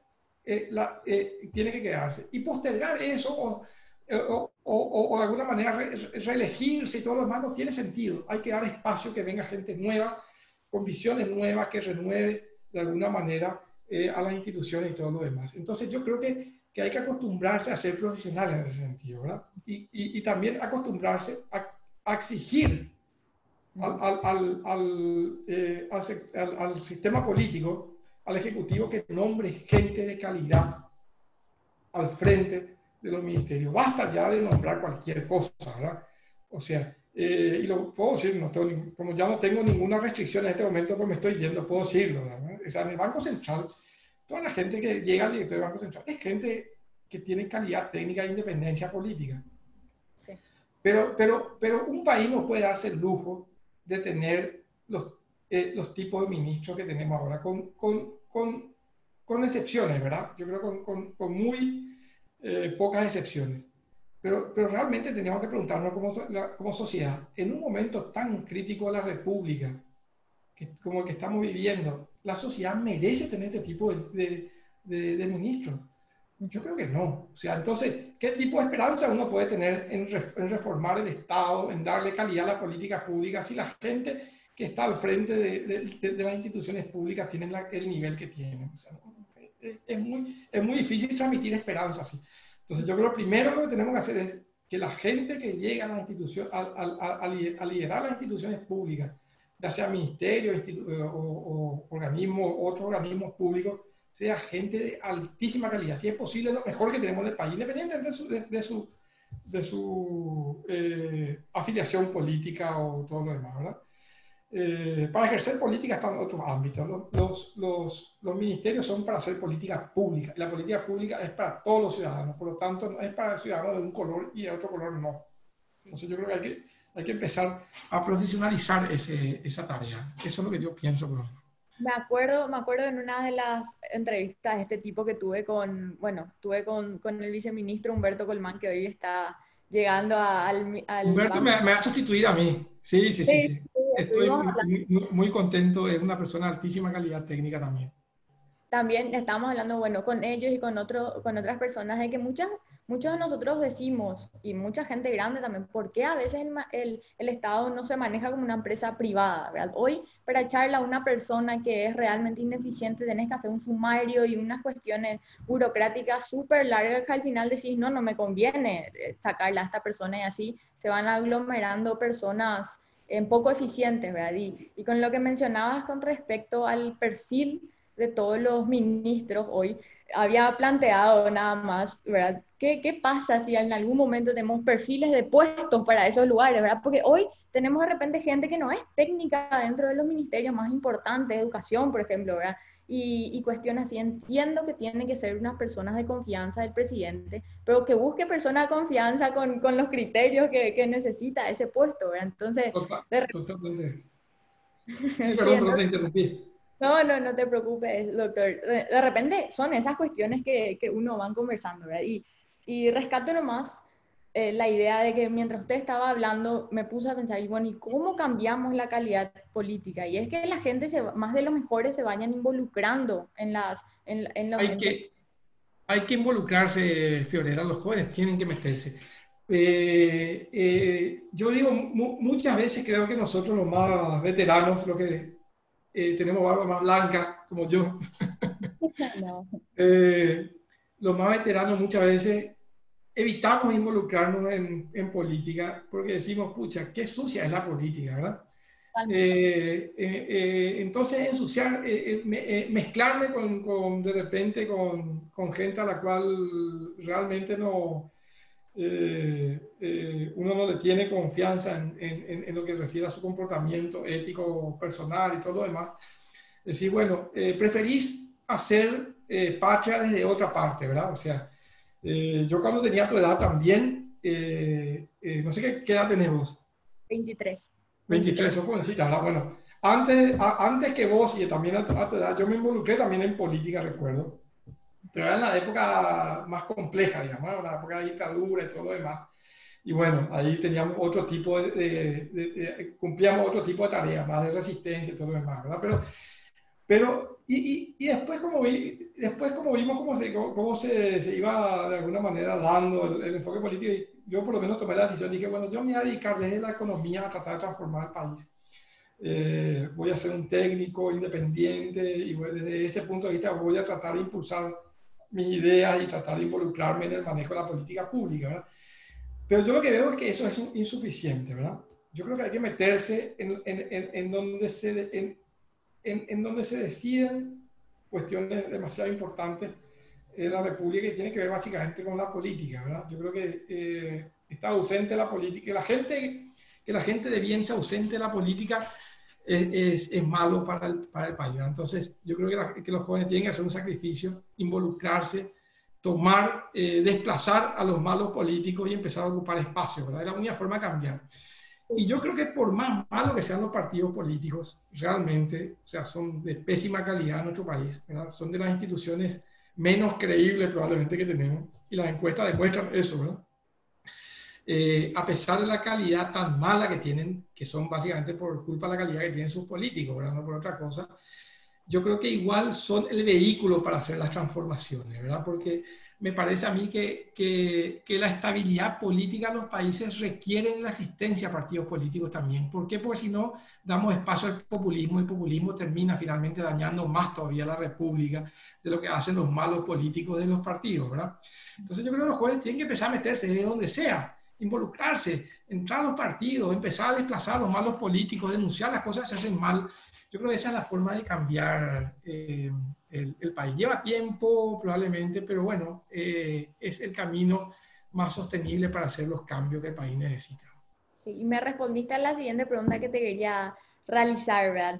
tiene que quedarse. Y postergar eso o de alguna manera reelegirse y todo lo demás no tiene sentido. Hay que dar espacio que venga gente nueva, con visiones nuevas, que renueve de alguna manera a las instituciones y todo lo demás. Entonces yo creo que hay que acostumbrarse a ser profesionales en ese sentido, ¿verdad? Y también acostumbrarse a exigir al sistema político, al ejecutivo, que nombre gente de calidad al frente de los ministerios. Basta ya de nombrar cualquier cosa, ¿verdad? O sea, y lo puedo decir, como ya no tengo ninguna restricción en este momento, pues me estoy yendo, puedo decirlo, ¿verdad? O sea, en el Banco Central, toda la gente que llega al director del Banco Central es gente que tiene calidad técnica e independencia política. Sí. Pero un país no puede darse el lujo de tener los tipos de ministros que tenemos ahora, con excepciones, ¿verdad? Yo creo con muy pocas excepciones. Pero realmente teníamos que preguntarnos como sociedad, en un momento tan crítico de la República, como el que estamos viviendo, ¿la sociedad merece tener este tipo de ministros? Yo creo que no. O sea, entonces, ¿qué tipo de esperanza uno puede tener en reformar el Estado, en darle calidad a las políticas públicas, si la gente que está al frente de las instituciones públicas tiene el nivel que tienen? O sea, es muy difícil transmitir esperanza así. Entonces, yo creo que primero lo que tenemos que hacer es que la gente que llega a la institución, a liderar las instituciones públicas, ya sea ministerio o organismos, otros organismos públicos, sea gente de altísima calidad. Si es posible, lo mejor que tenemos en el país, independientemente de su afiliación política o todo lo demás, ¿verdad? Para ejercer política están en otros ámbitos. Los ministerios son para hacer política pública. La política pública es para todos los ciudadanos. Por lo tanto, no es para ciudadanos de un color y de otro color no. Entonces yo creo que hay que empezar a profesionalizar esa tarea. Eso es lo que yo pienso. Me acuerdo en una de las entrevistas de este tipo que tuve con el viceministro Humberto Colmán, que hoy está llegando al Humberto banco. me va a sustituir a mí. Sí, sí, sí, Sí, sí. sí, Estoy estuvimos hablando. muy contento. Es una persona de altísima calidad técnica también. También estamos hablando, bueno, con ellos y con otras personas de que muchos de nosotros decimos, y mucha gente grande también, ¿por qué a veces el Estado no se maneja como una empresa privada, ¿verdad? Hoy, para echarle a una persona que es realmente ineficiente, tenés que hacer un sumario y unas cuestiones burocráticas súper largas que al final decís, no, no me conviene sacarla a esta persona, y así se van aglomerando personas poco eficientes, ¿verdad? Y con lo que mencionabas con respecto al perfil de todos los ministros hoy, había planteado nada más, ¿verdad? ¿Qué pasa si en algún momento tenemos perfiles de puestos para esos lugares, ¿verdad? Porque hoy tenemos de repente gente que no es técnica dentro de los ministerios más importantes, educación, por ejemplo, ¿verdad? Y cuestiones así. Entiendo que tienen que ser unas personas de confianza del presidente, pero que busque personas de confianza con los criterios que necesita ese puesto, ¿verdad? Entonces, Totalmente. Sí, sí, perdón, te interrumpí. no te preocupes, doctor. De repente son esas cuestiones que uno va conversando, ¿verdad? Y rescato nomás la idea de que mientras usted estaba hablando, me puse a pensar, y bueno, ¿y cómo cambiamos la calidad política? Y es que la gente, más de los mejores, se vayan involucrando Hay que, hay que involucrarse, Fiorella, los jóvenes tienen que meterse. Yo digo, muchas veces creo que nosotros los más veteranos, los que tenemos barba más blanca, como yo, No, eh, los más veteranos muchas veces evitamos involucrarnos en política porque decimos, pucha, qué sucia es la política, ¿verdad? totalmente. Entonces ensuciar, mezclarme de repente con gente a la cual realmente uno no le tiene confianza en lo que refiere a su comportamiento ético, personal y todo lo demás. Decir, bueno, preferís hacer patria desde otra parte, ¿verdad? O sea, yo cuando tenía tu edad también, no sé qué edad tenés vos. 23. 23, 23. sos jovencita, ¿verdad? Bueno, antes que vos y también a tu edad, yo me involucré también en política, recuerdo. Pero era en la época más compleja, digamos, ¿no? La época de dictadura y todo lo demás. Y bueno, ahí teníamos otro tipo cumplíamos otro tipo de tareas, más de resistencia y todo lo demás, ¿verdad? Y después como vimos cómo se iba de alguna manera dando el enfoque político, yo por lo menos tomé la decisión, dije, bueno, yo me voy a dedicar desde la economía a tratar de transformar el país. Voy a ser un técnico independiente y desde ese punto de vista voy a tratar de impulsar mis ideas y tratar de involucrarme en el manejo de la política pública, ¿verdad? Pero yo lo que veo es que eso es insuficiente, ¿verdad? Yo creo que hay que meterse en donde se deciden cuestiones demasiado importantes en la República y tiene que ver básicamente con la política, ¿verdad? Yo creo que está ausente la política, que la gente de bien se ausente de la política es malo para el país, ¿verdad? Entonces yo creo que los jóvenes tienen que hacer un sacrificio, involucrarse desplazar a los malos políticos y empezar a ocupar espacios, ¿verdad? Es la única forma de cambiar. Y yo creo que por más malos que sean los partidos políticos, realmente, o sea, son de pésima calidad en nuestro país, ¿verdad? Son de las instituciones menos creíbles probablemente que tenemos, y las encuestas demuestran eso, ¿verdad? A pesar de la calidad tan mala que tienen, que son básicamente por culpa de la calidad que tienen sus políticos, ¿verdad? No por otra cosa, yo creo que igual son el vehículo para hacer las transformaciones, ¿verdad? Porque me parece a mí que la estabilidad política en los países requiere la existencia de partidos políticos también. ¿Por qué? Porque si no, damos espacio al populismo y el populismo termina finalmente dañando más todavía la república de lo que hacen los malos políticos de los partidos, ¿verdad? Entonces yo creo que los jóvenes tienen que empezar a meterse desde donde sea, involucrarse, entrar a los partidos, empezar a desplazar a los malos políticos, denunciar las cosas que se hacen mal. Yo creo que esa es la forma de cambiar el país. Lleva tiempo probablemente, pero bueno, es el camino más sostenible para hacer los cambios que el país necesita. Sí, y me respondiste a la siguiente pregunta que te quería realizar, ¿verdad?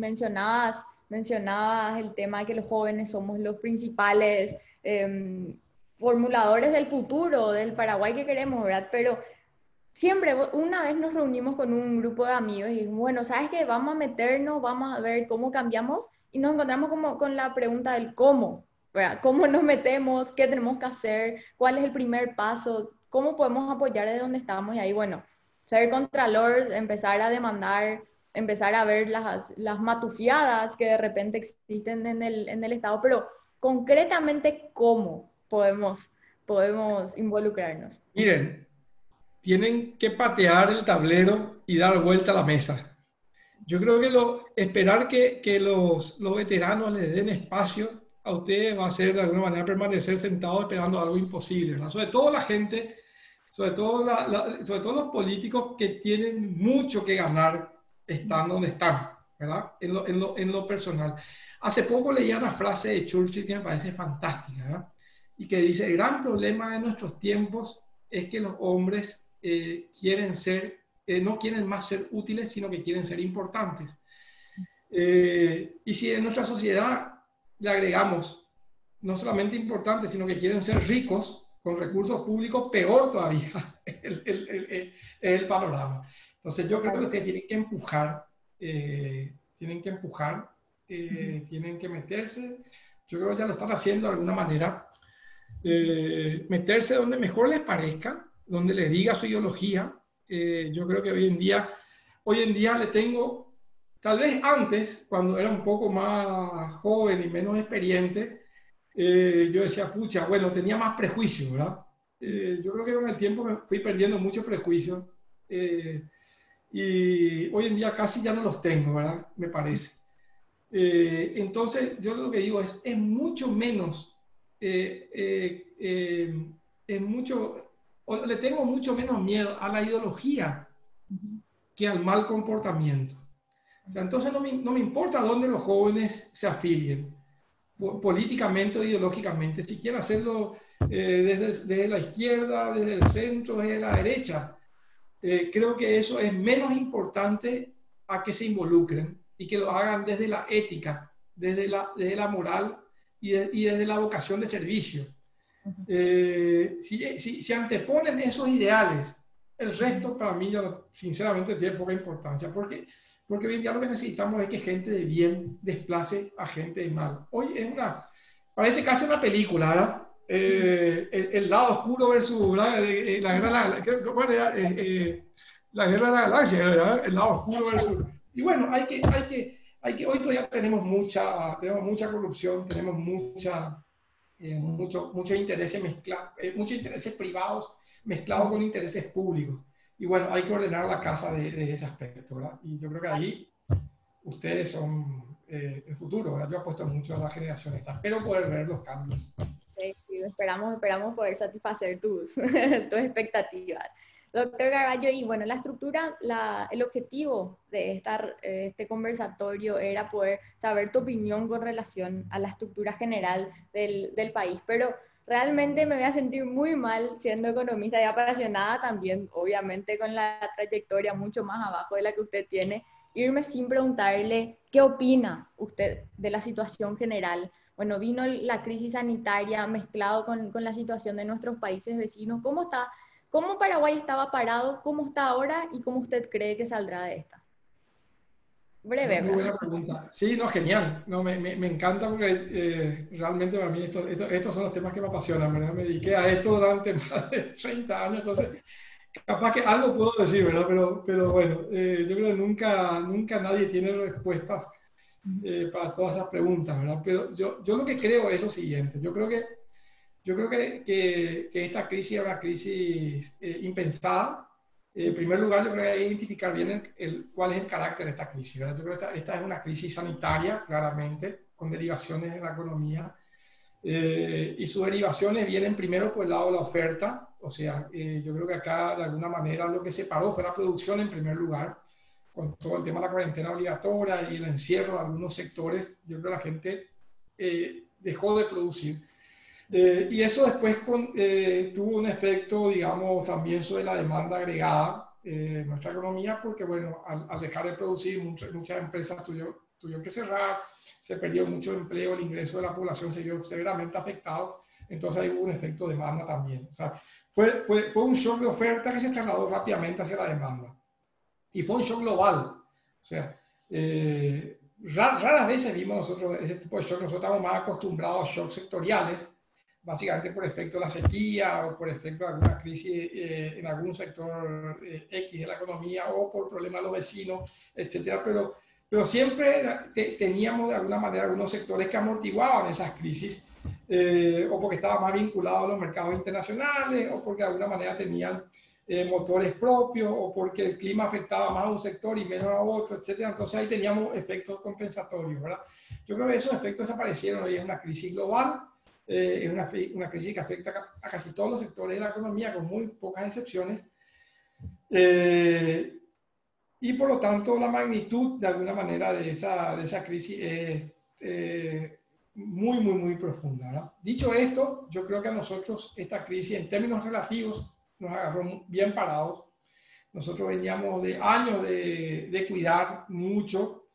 Mencionabas el tema de que los jóvenes somos los principales formuladores del futuro, del Paraguay que queremos, ¿verdad? Pero siempre, una vez nos reunimos con un grupo de amigos y dijimos, bueno, ¿sabes qué? Vamos a meternos, vamos a ver cómo cambiamos y nos encontramos como con la pregunta del cómo, ¿verdad? ¿Cómo nos metemos? ¿Qué tenemos que hacer? ¿Cuál es el primer paso? ¿Cómo podemos apoyar desde donde estamos? Y ahí, bueno, ser contralor, empezar a demandar, empezar a ver las matufiadas que de repente existen en el Estado, pero concretamente, ¿cómo podemos involucrarnos? Miren, tienen que patear el tablero y dar vuelta a la mesa. Yo creo que esperar que los veteranos les den espacio a ustedes va a ser de alguna manera permanecer sentados esperando algo imposible, ¿verdad? Sobre todo la gente, sobre todo los políticos que tienen mucho que ganar estando donde están, ¿verdad? En lo personal. Hace poco leía una frase de Churchill que me parece fantástica, ¿verdad? Y que dice, el gran problema de nuestros tiempos es que los hombres no quieren más ser útiles, sino que quieren ser importantes. Y si en nuestra sociedad le agregamos no solamente importantes, sino que quieren ser ricos con recursos públicos, peor todavía el panorama. Entonces yo creo que ustedes tienen que meterse. Yo creo que ya lo están haciendo de alguna manera. Meterse donde mejor les parezca, donde les diga su ideología. Yo creo que hoy en día le tengo, tal vez antes, cuando era un poco más joven y menos experiente, yo decía, pucha, bueno, tenía más prejuicios, ¿verdad? Yo creo que con el tiempo me fui perdiendo muchos prejuicios y hoy en día casi ya no los tengo, ¿verdad? Me parece. Entonces, yo lo que digo es mucho menos, le tengo mucho menos miedo a la ideología que al mal comportamiento. O sea, entonces no me importa dónde los jóvenes se afilien, políticamente o ideológicamente, si quieren hacerlo desde la izquierda, desde el centro, desde la derecha. Creo que eso es menos importante a que se involucren y que lo hagan desde la ética, desde la moral y desde la vocación de servicio. Si anteponen esos ideales, el resto para mí ya sinceramente tiene poca importancia, porque hoy en día lo que necesitamos es que gente de bien desplace a gente de mal. Hoy parece casi una película, ¿verdad? El lado oscuro versus la guerra de la galaxia, ¿verdad? El lado oscuro versus... Y bueno, hoy todavía tenemos mucha corrupción, tenemos muchos intereses muchos intereses privados mezclados con intereses públicos. Y bueno, hay que ordenar la casa de ese aspecto, ¿verdad? Y yo creo que ahí ustedes son el futuro, ¿verdad? Yo apuesto mucho a las generaciones, espero poder ver los cambios. Sí, esperamos poder satisfacer tus expectativas. Doctor Garballo, y bueno, la estructura, el objetivo de este conversatorio era poder saber tu opinión con relación a la estructura general del país, pero realmente me voy a sentir muy mal siendo economista y apasionada también, obviamente con la trayectoria mucho más abajo de la que usted tiene, irme sin preguntarle qué opina usted de la situación general bueno, vino la crisis sanitaria mezclado con la situación de nuestros países vecinos. ¿Cómo está? ¿Cómo Paraguay estaba parado? ¿Cómo está ahora? ¿Y cómo usted cree que saldrá de esta? Breve, Muy ¿verdad? buena pregunta. Sí, no, genial. No, me encanta porque realmente para mí estos son los temas que me apasionan, ¿verdad? Me dediqué a esto durante más de 30 años, entonces capaz que algo puedo decir, ¿verdad? Pero bueno, yo creo que nunca nadie tiene respuestas para todas esas preguntas, ¿verdad? Pero yo lo que creo es lo siguiente. Yo creo que esta crisis es una crisis impensada. En primer lugar, yo creo que hay que identificar bien cuál es el carácter de esta crisis, ¿verdad? Yo creo que esta es una crisis sanitaria, claramente, con derivaciones en la economía. Y sus derivaciones vienen primero por el lado de la oferta. O sea, yo creo que acá, de alguna manera, lo que se paró fue la producción en primer lugar, con todo el tema de la cuarentena obligatoria y el encierro de algunos sectores. Yo creo que la gente dejó de producir. Y eso después tuvo un efecto, digamos, también sobre la demanda agregada en nuestra economía, porque, bueno, al dejar de producir, muchas empresas tuvieron que cerrar, se perdió mucho empleo, el ingreso de la población se vio severamente afectado, entonces ahí hubo un efecto de demanda también. O sea, fue un shock de oferta que se trasladó rápidamente hacia la demanda. Y fue un shock global. O sea, raras veces vimos nosotros ese tipo de shock. Nosotros estamos más acostumbrados a shocks sectoriales, básicamente por efecto de la sequía o por efecto de alguna crisis en algún sector X de la economía o por problemas de los vecinos, etcétera. Pero siempre teníamos de alguna manera algunos sectores que amortiguaban esas crisis, o porque estaban más vinculados a los mercados internacionales o porque de alguna manera tenían motores propios o porque el clima afectaba más a un sector y menos a otro, etcétera. Entonces ahí teníamos efectos compensatorios, ¿verdad? Yo creo que esos efectos desaparecieron. Hoy es una crisis global, es una crisis que afecta a casi todos los sectores de la economía, con muy pocas excepciones. Y por lo tanto, la magnitud de alguna manera de esa crisis es muy profunda, ¿verdad? Dicho esto, yo creo que a nosotros esta crisis en términos relativos nos agarró bien parados. Nosotros veníamos de años de cuidar mucho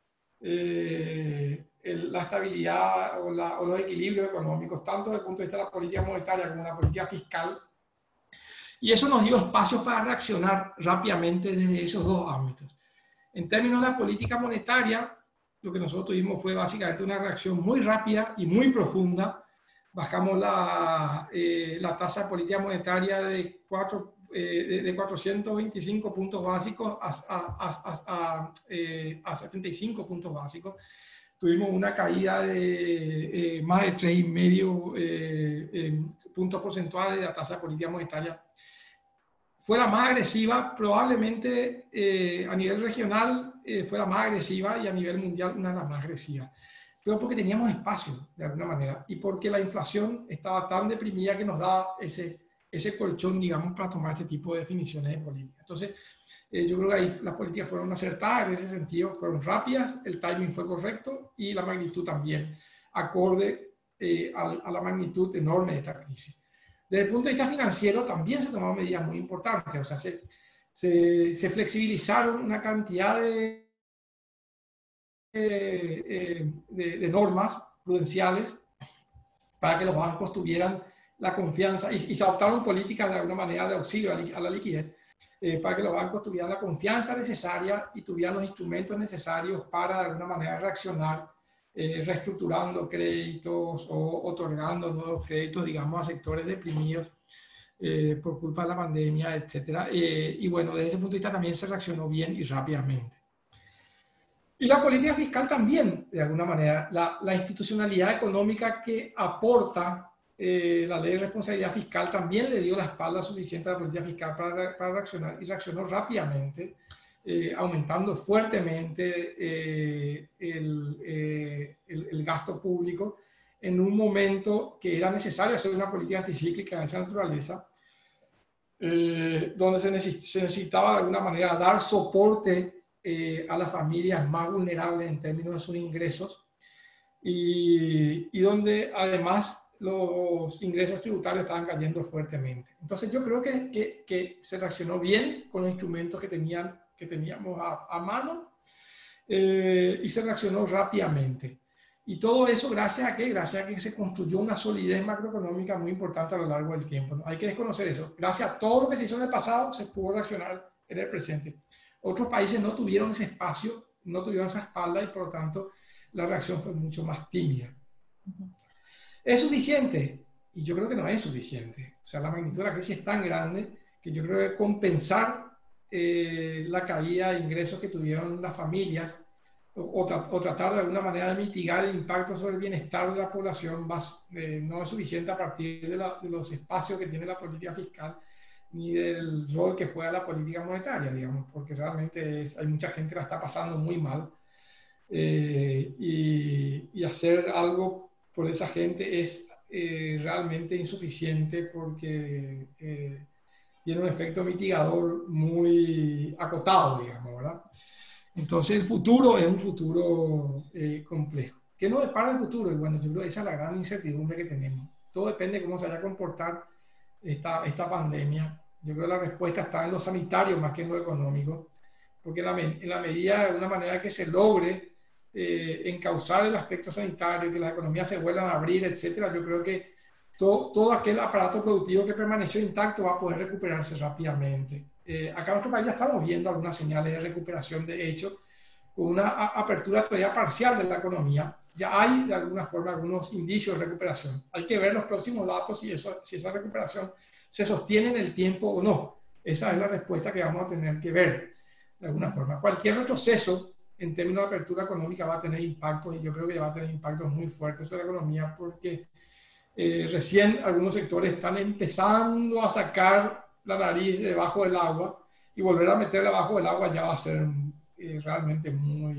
la estabilidad o los equilibrios económicos, tanto desde el punto de vista de la política monetaria como la política fiscal. Y eso nos dio espacios para reaccionar rápidamente desde esos dos ámbitos. En términos de la política monetaria, lo que nosotros tuvimos fue básicamente una reacción muy rápida y muy profunda. Bajamos la tasa de política monetaria de 425 puntos básicos a 75 puntos básicos. Tuvimos una caída de más de 3,5 puntos porcentuales de la tasa de política monetaria. Fue la más agresiva, probablemente a nivel regional fue la más agresiva y a nivel mundial una de las más agresivas. Pero porque teníamos espacio, de alguna manera, y porque la inflación estaba tan deprimida que nos daba ese colchón, digamos, para tomar este tipo de definiciones de política. Entonces, yo creo que ahí las políticas fueron acertadas en ese sentido, fueron rápidas, el timing fue correcto y la magnitud también, acorde a la magnitud enorme de esta crisis. Desde el punto de vista financiero también se tomaron medidas muy importantes, o sea, se flexibilizaron una cantidad de normas prudenciales para que los bancos tuvieran la confianza y se adoptaron políticas de alguna manera de auxilio a la liquidez para que los bancos tuvieran la confianza necesaria y tuvieran los instrumentos necesarios para de alguna manera reaccionar, reestructurando créditos o otorgando nuevos créditos, digamos, a sectores deprimidos por culpa de la pandemia, etcétera. Y bueno, desde ese punto de vista también se reaccionó bien y rápidamente. Y la política fiscal también, de alguna manera, la institucionalidad económica que aporta la ley de responsabilidad fiscal también le dio la espalda suficiente a la política fiscal para reaccionar y reaccionó rápidamente, aumentando fuertemente el gasto público en un momento que era necesario hacer una política anticíclica de esa naturaleza, donde se necesitaba de alguna manera dar soporte a las familias más vulnerables en términos de sus ingresos y donde además los ingresos tributarios estaban cayendo fuertemente. Entonces yo creo que se reaccionó bien con los instrumentos que teníamos a mano y se reaccionó rápidamente. Y todo eso gracias a qué? Gracias a que se construyó una solidez macroeconómica muy importante a lo largo del tiempo, ¿no? Hay que desconocer eso. Gracias a todo lo que se hizo en el pasado, se pudo reaccionar en el presente. Otros países no tuvieron ese espacio, no tuvieron esa espalda y por lo tanto la reacción fue mucho más tímida. ¿Es suficiente? Y yo creo que no es suficiente. O sea, la magnitud de la crisis es tan grande que yo creo que compensar la caída de ingresos que tuvieron las familias o tratar de alguna manera de mitigar el impacto sobre el bienestar de la población no es suficiente a partir de los espacios que tiene la política fiscal ni del rol que juega la política monetaria, digamos, porque realmente hay mucha gente que la está pasando muy mal y hacer algo por esa gente es realmente insuficiente porque tiene un efecto mitigador muy acotado, digamos, ¿verdad? Entonces el futuro es un futuro complejo. ¿Qué nos depara el futuro? Y bueno, yo creo que esa es la gran incertidumbre que tenemos. Todo depende de cómo se vaya a comportar esta pandemia. Yo creo que la respuesta está en lo sanitario más que en lo económico, porque en la medida, de una manera que se logre encauzar el aspecto sanitario, que las economías se vuelvan a abrir, etcétera, yo creo que todo aquel aparato productivo que permaneció intacto va a poder recuperarse rápidamente. Acá en nuestro país ya estamos viendo algunas señales de recuperación, de hecho, con una apertura todavía parcial de la economía. Ya hay de alguna forma algunos indicios de recuperación. Hay que ver los próximos datos si esa recuperación se sostiene en el tiempo o no. Esa es la respuesta que vamos a tener que ver de alguna forma. Cualquier retroceso en términos de apertura económica va a tener impactos y yo creo que va a tener impactos muy fuertes sobre la economía porque recién algunos sectores están empezando a sacar la nariz debajo del agua y volver a meterla debajo del agua ya va a ser realmente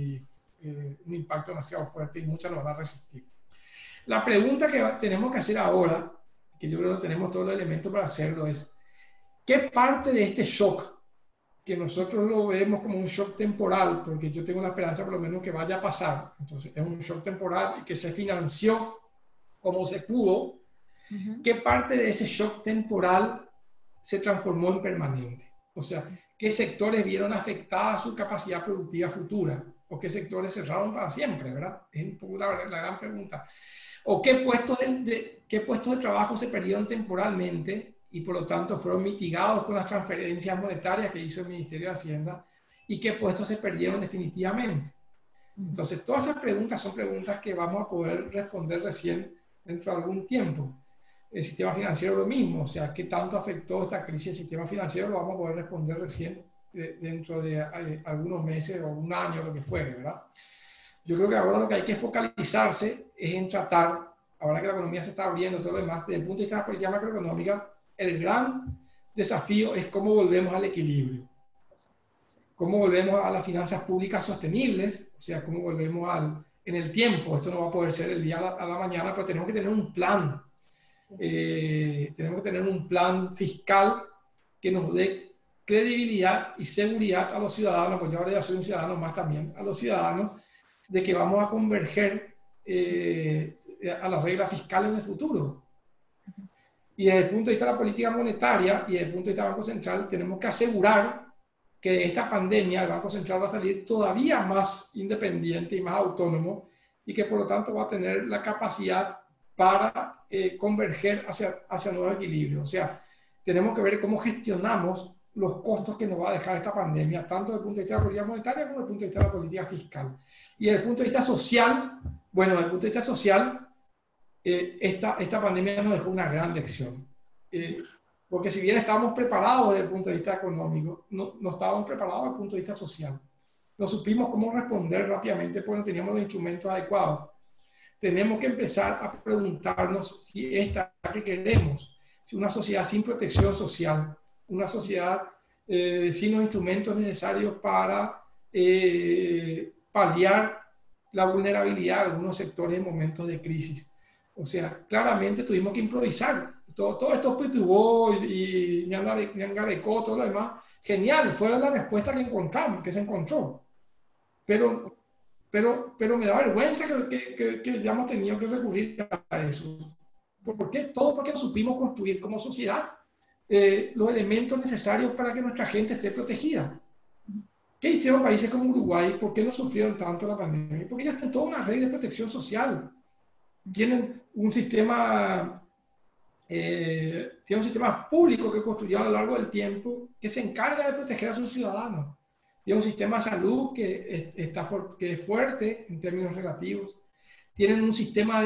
un impacto demasiado fuerte y muchas nos van a resistir. La pregunta que tenemos que hacer ahora, que yo creo que tenemos todos los elementos para hacerlo, es ¿qué parte de este shock, que nosotros lo vemos como un shock temporal, porque yo tengo la esperanza por lo menos que vaya a pasar, entonces es un shock temporal y que se financió como se pudo, ¿qué parte de ese shock temporal se transformó en permanente? O sea, ¿qué sectores vieron afectada su capacidad productiva futura? ¿O qué sectores cerraron para siempre, verdad? Es un poco la gran pregunta. ¿O qué puestos de trabajo se perdieron temporalmente y por lo tanto fueron mitigados con las transferencias monetarias que hizo el Ministerio de Hacienda? ¿Y qué puestos se perdieron definitivamente? Entonces, todas esas preguntas son preguntas que vamos a poder responder recién dentro de algún tiempo. El sistema financiero lo mismo, o sea, ¿qué tanto afectó esta crisis el sistema financiero? Lo vamos a poder responder recién dentro de algunos meses o un año, lo que fuere, ¿verdad? Yo creo que ahora lo que hay que focalizarse es en tratar, ahora que la economía se está abriendo y todo lo demás, desde el punto de vista de la política macroeconómica, el gran desafío es cómo volvemos al equilibrio, cómo volvemos a las finanzas públicas sostenibles, o sea, cómo volvemos en el tiempo. Esto no va a poder ser el día a la mañana, pero tenemos que tener un plan. Tenemos que tener un plan fiscal que nos dé credibilidad y seguridad a los ciudadanos, pues yo ahora ya soy un ciudadano más también, a los ciudadanos, de que vamos a converger a la regla fiscal en el futuro. Y desde el punto de vista de la política monetaria y desde el punto de vista del Banco Central, tenemos que asegurar que de esta pandemia el Banco Central va a salir todavía más independiente y más autónomo y que por lo tanto va a tener la capacidad para converger hacia nuevo equilibrio. O sea, tenemos que ver cómo gestionamos los costos que nos va a dejar esta pandemia, tanto desde el punto de vista de la política monetaria como desde el punto de vista de la política fiscal. Y desde el punto de vista social, bueno, desde el punto de vista social, esta pandemia nos dejó una gran lección. Porque si bien estábamos preparados desde el punto de vista económico, no estábamos preparados desde el punto de vista social. No supimos cómo responder rápidamente porque no teníamos los instrumentos adecuados. Tenemos que empezar a preguntarnos si esta que queremos, si una sociedad sin protección social, una sociedad sin los instrumentos necesarios para paliar la vulnerabilidad de algunos sectores en momentos de crisis. O sea, claramente tuvimos que improvisar. Todo esto Pitubó y Ñangarecó, todo lo demás, genial, fue la respuesta que encontramos, que se encontró. Pero me da vergüenza que ya hemos tenido que recurrir a eso. ¿Por qué? Todo porque no supimos construir como sociedad los elementos necesarios para que nuestra gente esté protegida. ¿Qué hicieron países como Uruguay? ¿Por qué no sufrieron tanto la pandemia? Porque ya tienen toda una red de protección social. Tienen un sistema, tienen un sistema público que construyeron a lo largo del tiempo que se encarga de proteger a sus ciudadanos. Tienen un sistema de salud que es fuerte en términos relativos. Tienen un sistema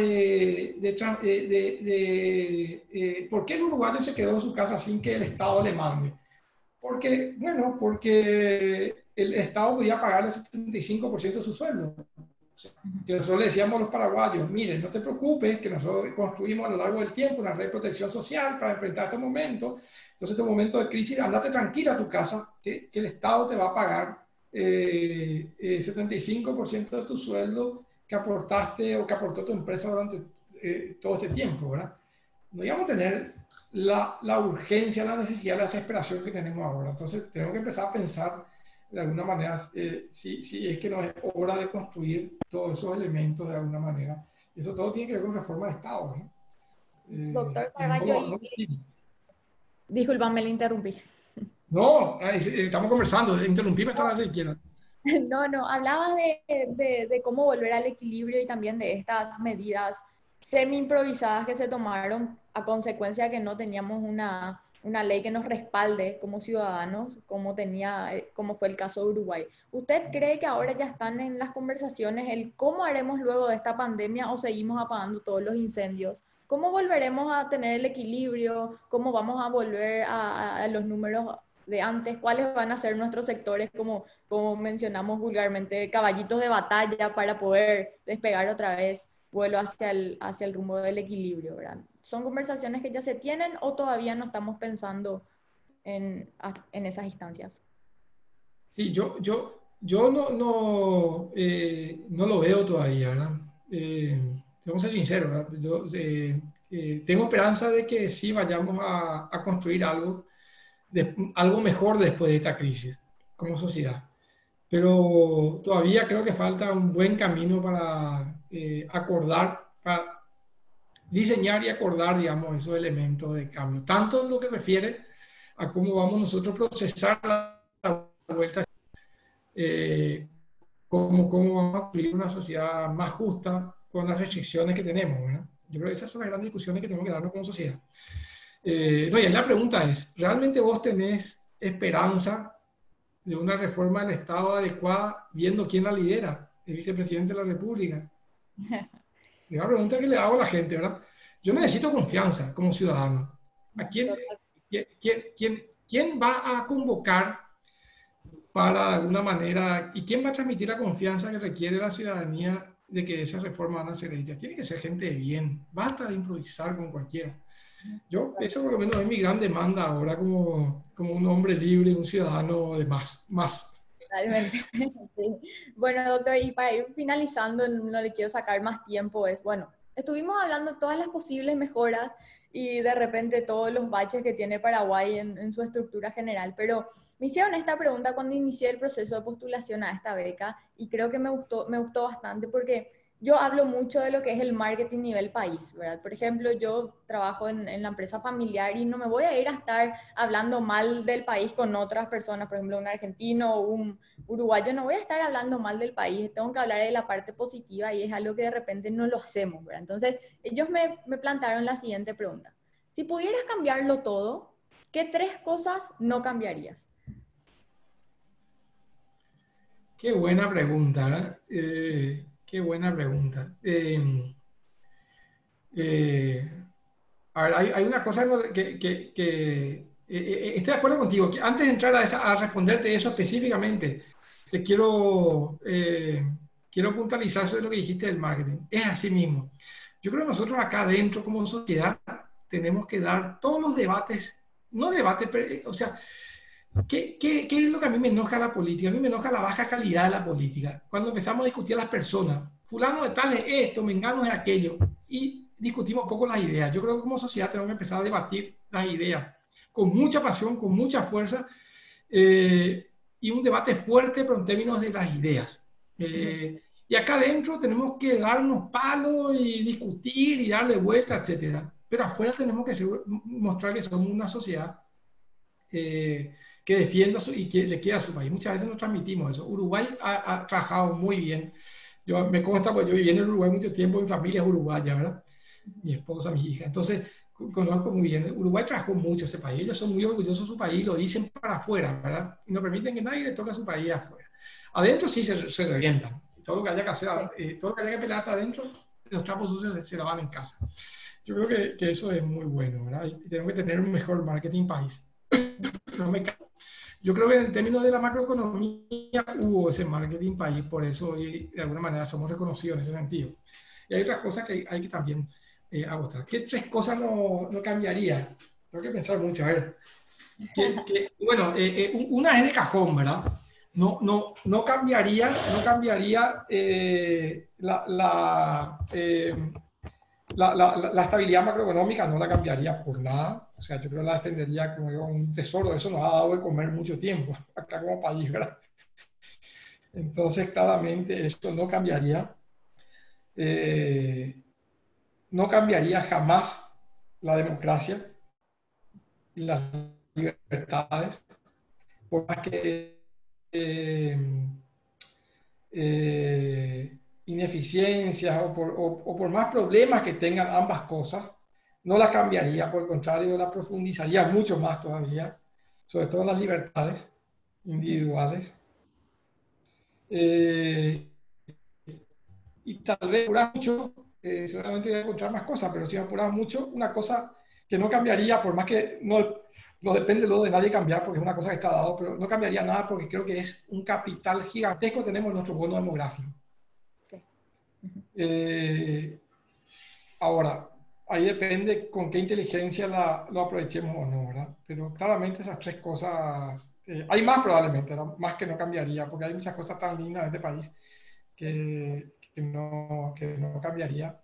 ¿por qué el uruguayo se quedó en su casa sin que el Estado le mande? Porque, bueno, porque el Estado podía pagar el 75% de su sueldo. O sea, que nosotros le decíamos a los paraguayos, miren, no te preocupes, que nosotros construimos a lo largo del tiempo una red de protección social para enfrentar estos momentos. Entonces, este momento de crisis, andate tranquila a tu casa, que el Estado te va a pagar 75% de tu sueldo que aportaste o que aportó tu empresa durante todo este tiempo, ¿verdad? No íbamos a tener la urgencia, la necesidad, la desesperación que tenemos ahora. Entonces, tenemos que empezar a pensar de alguna manera si es que no es hora de construir todos esos elementos de alguna manera. Y eso todo tiene que ver con reforma de Estado, ¿no? Doctor Y no, Carballo, no, disculpame, le interrumpí. no, estamos conversando, interrumpíme hasta la que quiera. No, no, hablabas de cómo volver al equilibrio y también de estas medidas semi improvisadas que se tomaron a consecuencia de que no teníamos una ley que nos respalde como ciudadanos, como fue el caso de Uruguay. ¿Usted cree que ahora ya están en las conversaciones el cómo haremos luego de esta pandemia o seguimos apagando todos los incendios? ¿Cómo volveremos a tener el equilibrio? ¿Cómo vamos a volver a los números de antes? ¿Cuáles van a ser nuestros sectores como mencionamos vulgarmente, caballitos de batalla para poder despegar otra vez vuelo hacia el rumbo del equilibrio, ¿verdad? ¿Son conversaciones que ya se tienen o todavía no estamos pensando en esas instancias? Sí, yo no lo veo todavía, ¿verdad? Tengo que ser sincero, ¿verdad? Yo tengo esperanza de que sí vayamos a construir algo mejor después de esta crisis como sociedad. Pero todavía creo que falta un buen camino para para diseñar y acordar, digamos, esos elementos de cambio, tanto en lo que refiere a cómo vamos nosotros a procesar la vuelta, eh, cómo vamos a construir una sociedad más justa con las restricciones que tenemos, ¿verdad? Yo creo que esas son las grandes discusiones que tenemos que darnos como sociedad. No, y la pregunta es, ¿realmente vos tenés esperanza de una reforma del Estado adecuada viendo quién la lidera, el vicepresidente de la República? Es una pregunta que le hago a la gente, ¿verdad? Yo necesito confianza como ciudadano. ¿A quién va a convocar para de alguna manera y quién va a transmitir la confianza que requiere la ciudadanía de que esas reformas van a ser hechas? Tiene que ser gente de bien, basta de improvisar con cualquiera. Eso por lo menos es mi gran demanda ahora como un hombre libre, un ciudadano de más. Totalmente. Sí. Bueno, doctor, y para ir finalizando, no le quiero sacar más tiempo, bueno, estuvimos hablando de todas las posibles mejoras y de repente todos los baches que tiene Paraguay en su estructura general, pero me hicieron esta pregunta cuando inicié el proceso de postulación a esta beca y creo que me gustó bastante porque yo hablo mucho de lo que es el marketing nivel país, ¿verdad? Por ejemplo, yo trabajo en la empresa familiar y no me voy a ir a estar hablando mal del país con otras personas, por ejemplo, un argentino o un uruguayo, no voy a estar hablando mal del país, tengo que hablar de la parte positiva y es algo que de repente no lo hacemos, ¿verdad? Entonces, ellos me plantearon la siguiente pregunta. Si pudieras cambiarlo todo, ¿qué tres cosas no cambiarías? Qué buena pregunta, qué buena pregunta. Eh, a ver, hay una cosa estoy de acuerdo contigo. Que antes de entrar a responderte eso específicamente, te quiero puntualizar sobre lo que dijiste del marketing. Es así mismo. Yo creo que nosotros acá adentro, como sociedad, tenemos que dar todos los debates, no debates, o sea, ¿qué es lo que a mí me enoja la política? A mí me enoja la baja calidad de la política. Cuando empezamos a discutir a las personas, fulano de tal es esto, mengano es aquello, y discutimos poco las ideas. Yo creo que como sociedad tenemos que empezar a debatir las ideas con mucha pasión, con mucha fuerza, y un debate fuerte, pero en términos de las ideas. Y acá adentro tenemos que darnos palos y discutir y darle vuelta, etcétera. Pero afuera tenemos que mostrar que somos una sociedad que defienda y que le quiera a su país. Muchas veces nos transmitimos eso. Uruguay ha trabajado muy bien. Me consta, pues yo viví en el Uruguay mucho tiempo, mi familia es uruguaya, ¿verdad? Mi esposa, mi hija. Entonces, conozco muy bien. Uruguay trabajó mucho ese país. Ellos son muy orgullosos de su país, lo dicen para afuera, ¿verdad? Y no permiten que nadie le toque a su país afuera. Adentro sí se revientan. Todo lo que haya que hacer, Sí. todo lo que haya que pelear hasta adentro, los trapos sucios se lavan en casa. Yo creo que eso es muy bueno, ¿verdad? Y tenemos que tener un mejor marketing país. No me Yo creo que en términos de la macroeconomía hubo ese marketing país, por eso y de alguna manera somos reconocidos en ese sentido. Y hay otras cosas que hay que también agotar. ¿Qué tres cosas no cambiaría? Tengo que pensar mucho, a ver. Bueno, una es de cajón, ¿verdad? No cambiaría la estabilidad macroeconómica, no la cambiaría por nada. O sea, yo creo que la defendería como un tesoro. Eso nos ha dado de comer mucho tiempo acá como país, ¿verdad? Entonces, claramente, esto no cambiaría. Eh, no cambiaría jamás la democracia y las libertades, por más que ineficiencias o por más problemas que tengan ambas cosas, no la cambiaría, por el contrario, la profundizaría mucho más todavía, sobre todo en las libertades individuales. Eh, y tal vez apurar mucho, seguramente voy a encontrar más cosas, pero si me apuras mucho, una cosa que no cambiaría, por más que no depende luego de nadie cambiar, porque es una cosa que está dado, pero no cambiaría nada porque creo que es un capital gigantesco que tenemos en nuestro bono demográfico. Sí. Eh, ahora, ahí depende con qué inteligencia lo aprovechemos o no, ¿verdad? Pero claramente esas tres cosas, hay más probablemente, ¿no? Más que no cambiaría, porque hay muchas cosas tan lindas en este país que no cambiaría.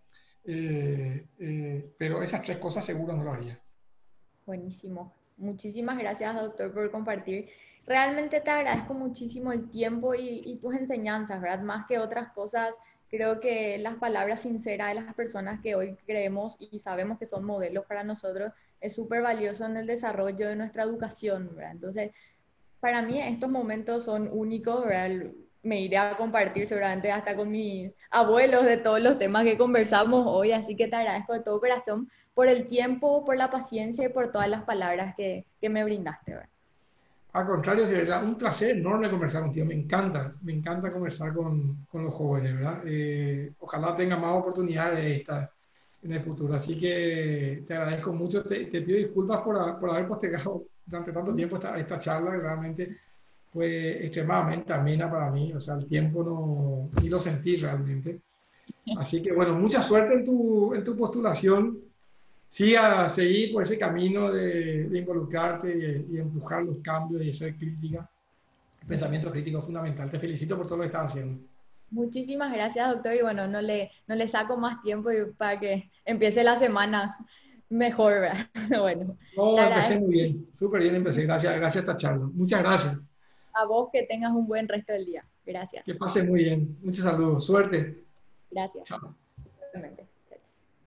Pero esas tres cosas seguro no lo haría. Buenísimo. Muchísimas gracias, doctor, por compartir. Realmente te agradezco muchísimo el tiempo y tus enseñanzas, ¿verdad? Más que otras cosas, creo que las palabras sinceras de las personas que hoy creemos y sabemos que son modelos para nosotros es súper valioso en el desarrollo de nuestra educación, ¿verdad? Entonces, para mí estos momentos son únicos, ¿verdad? Me iré a compartir seguramente hasta con mis abuelos de todos los temas que conversamos hoy, así que te agradezco de todo corazón por el tiempo, por la paciencia y por todas las palabras que me brindaste, ¿verdad? Al contrario, de verdad, un placer enorme conversar contigo. Me encanta conversar con los jóvenes, ¿verdad? Ojalá tenga más oportunidades de estas en el futuro. Así que te agradezco mucho. Te pido disculpas por haber postergado durante tanto tiempo esta charla, que realmente fue extremadamente amena para mí. O sea, el tiempo no, ni lo sentí realmente. Así que bueno, mucha suerte en tu postulación. Sí, a seguir por ese camino de involucrarte y empujar los cambios y hacer crítica. El pensamiento crítico es fundamental. Te felicito por todo lo que estás haciendo. Muchísimas gracias, doctor, y bueno, no le saco más tiempo para que empiece la semana mejor, ¿verdad? Bueno, le No, empecé agradezco muy bien, súper bien empecé. Gracias a esta charla. Muchas gracias. a vos que tengas un buen resto del día. Que Gracias. pase muy bien. Muchos saludos. Suerte. Gracias. Chao. Realmente.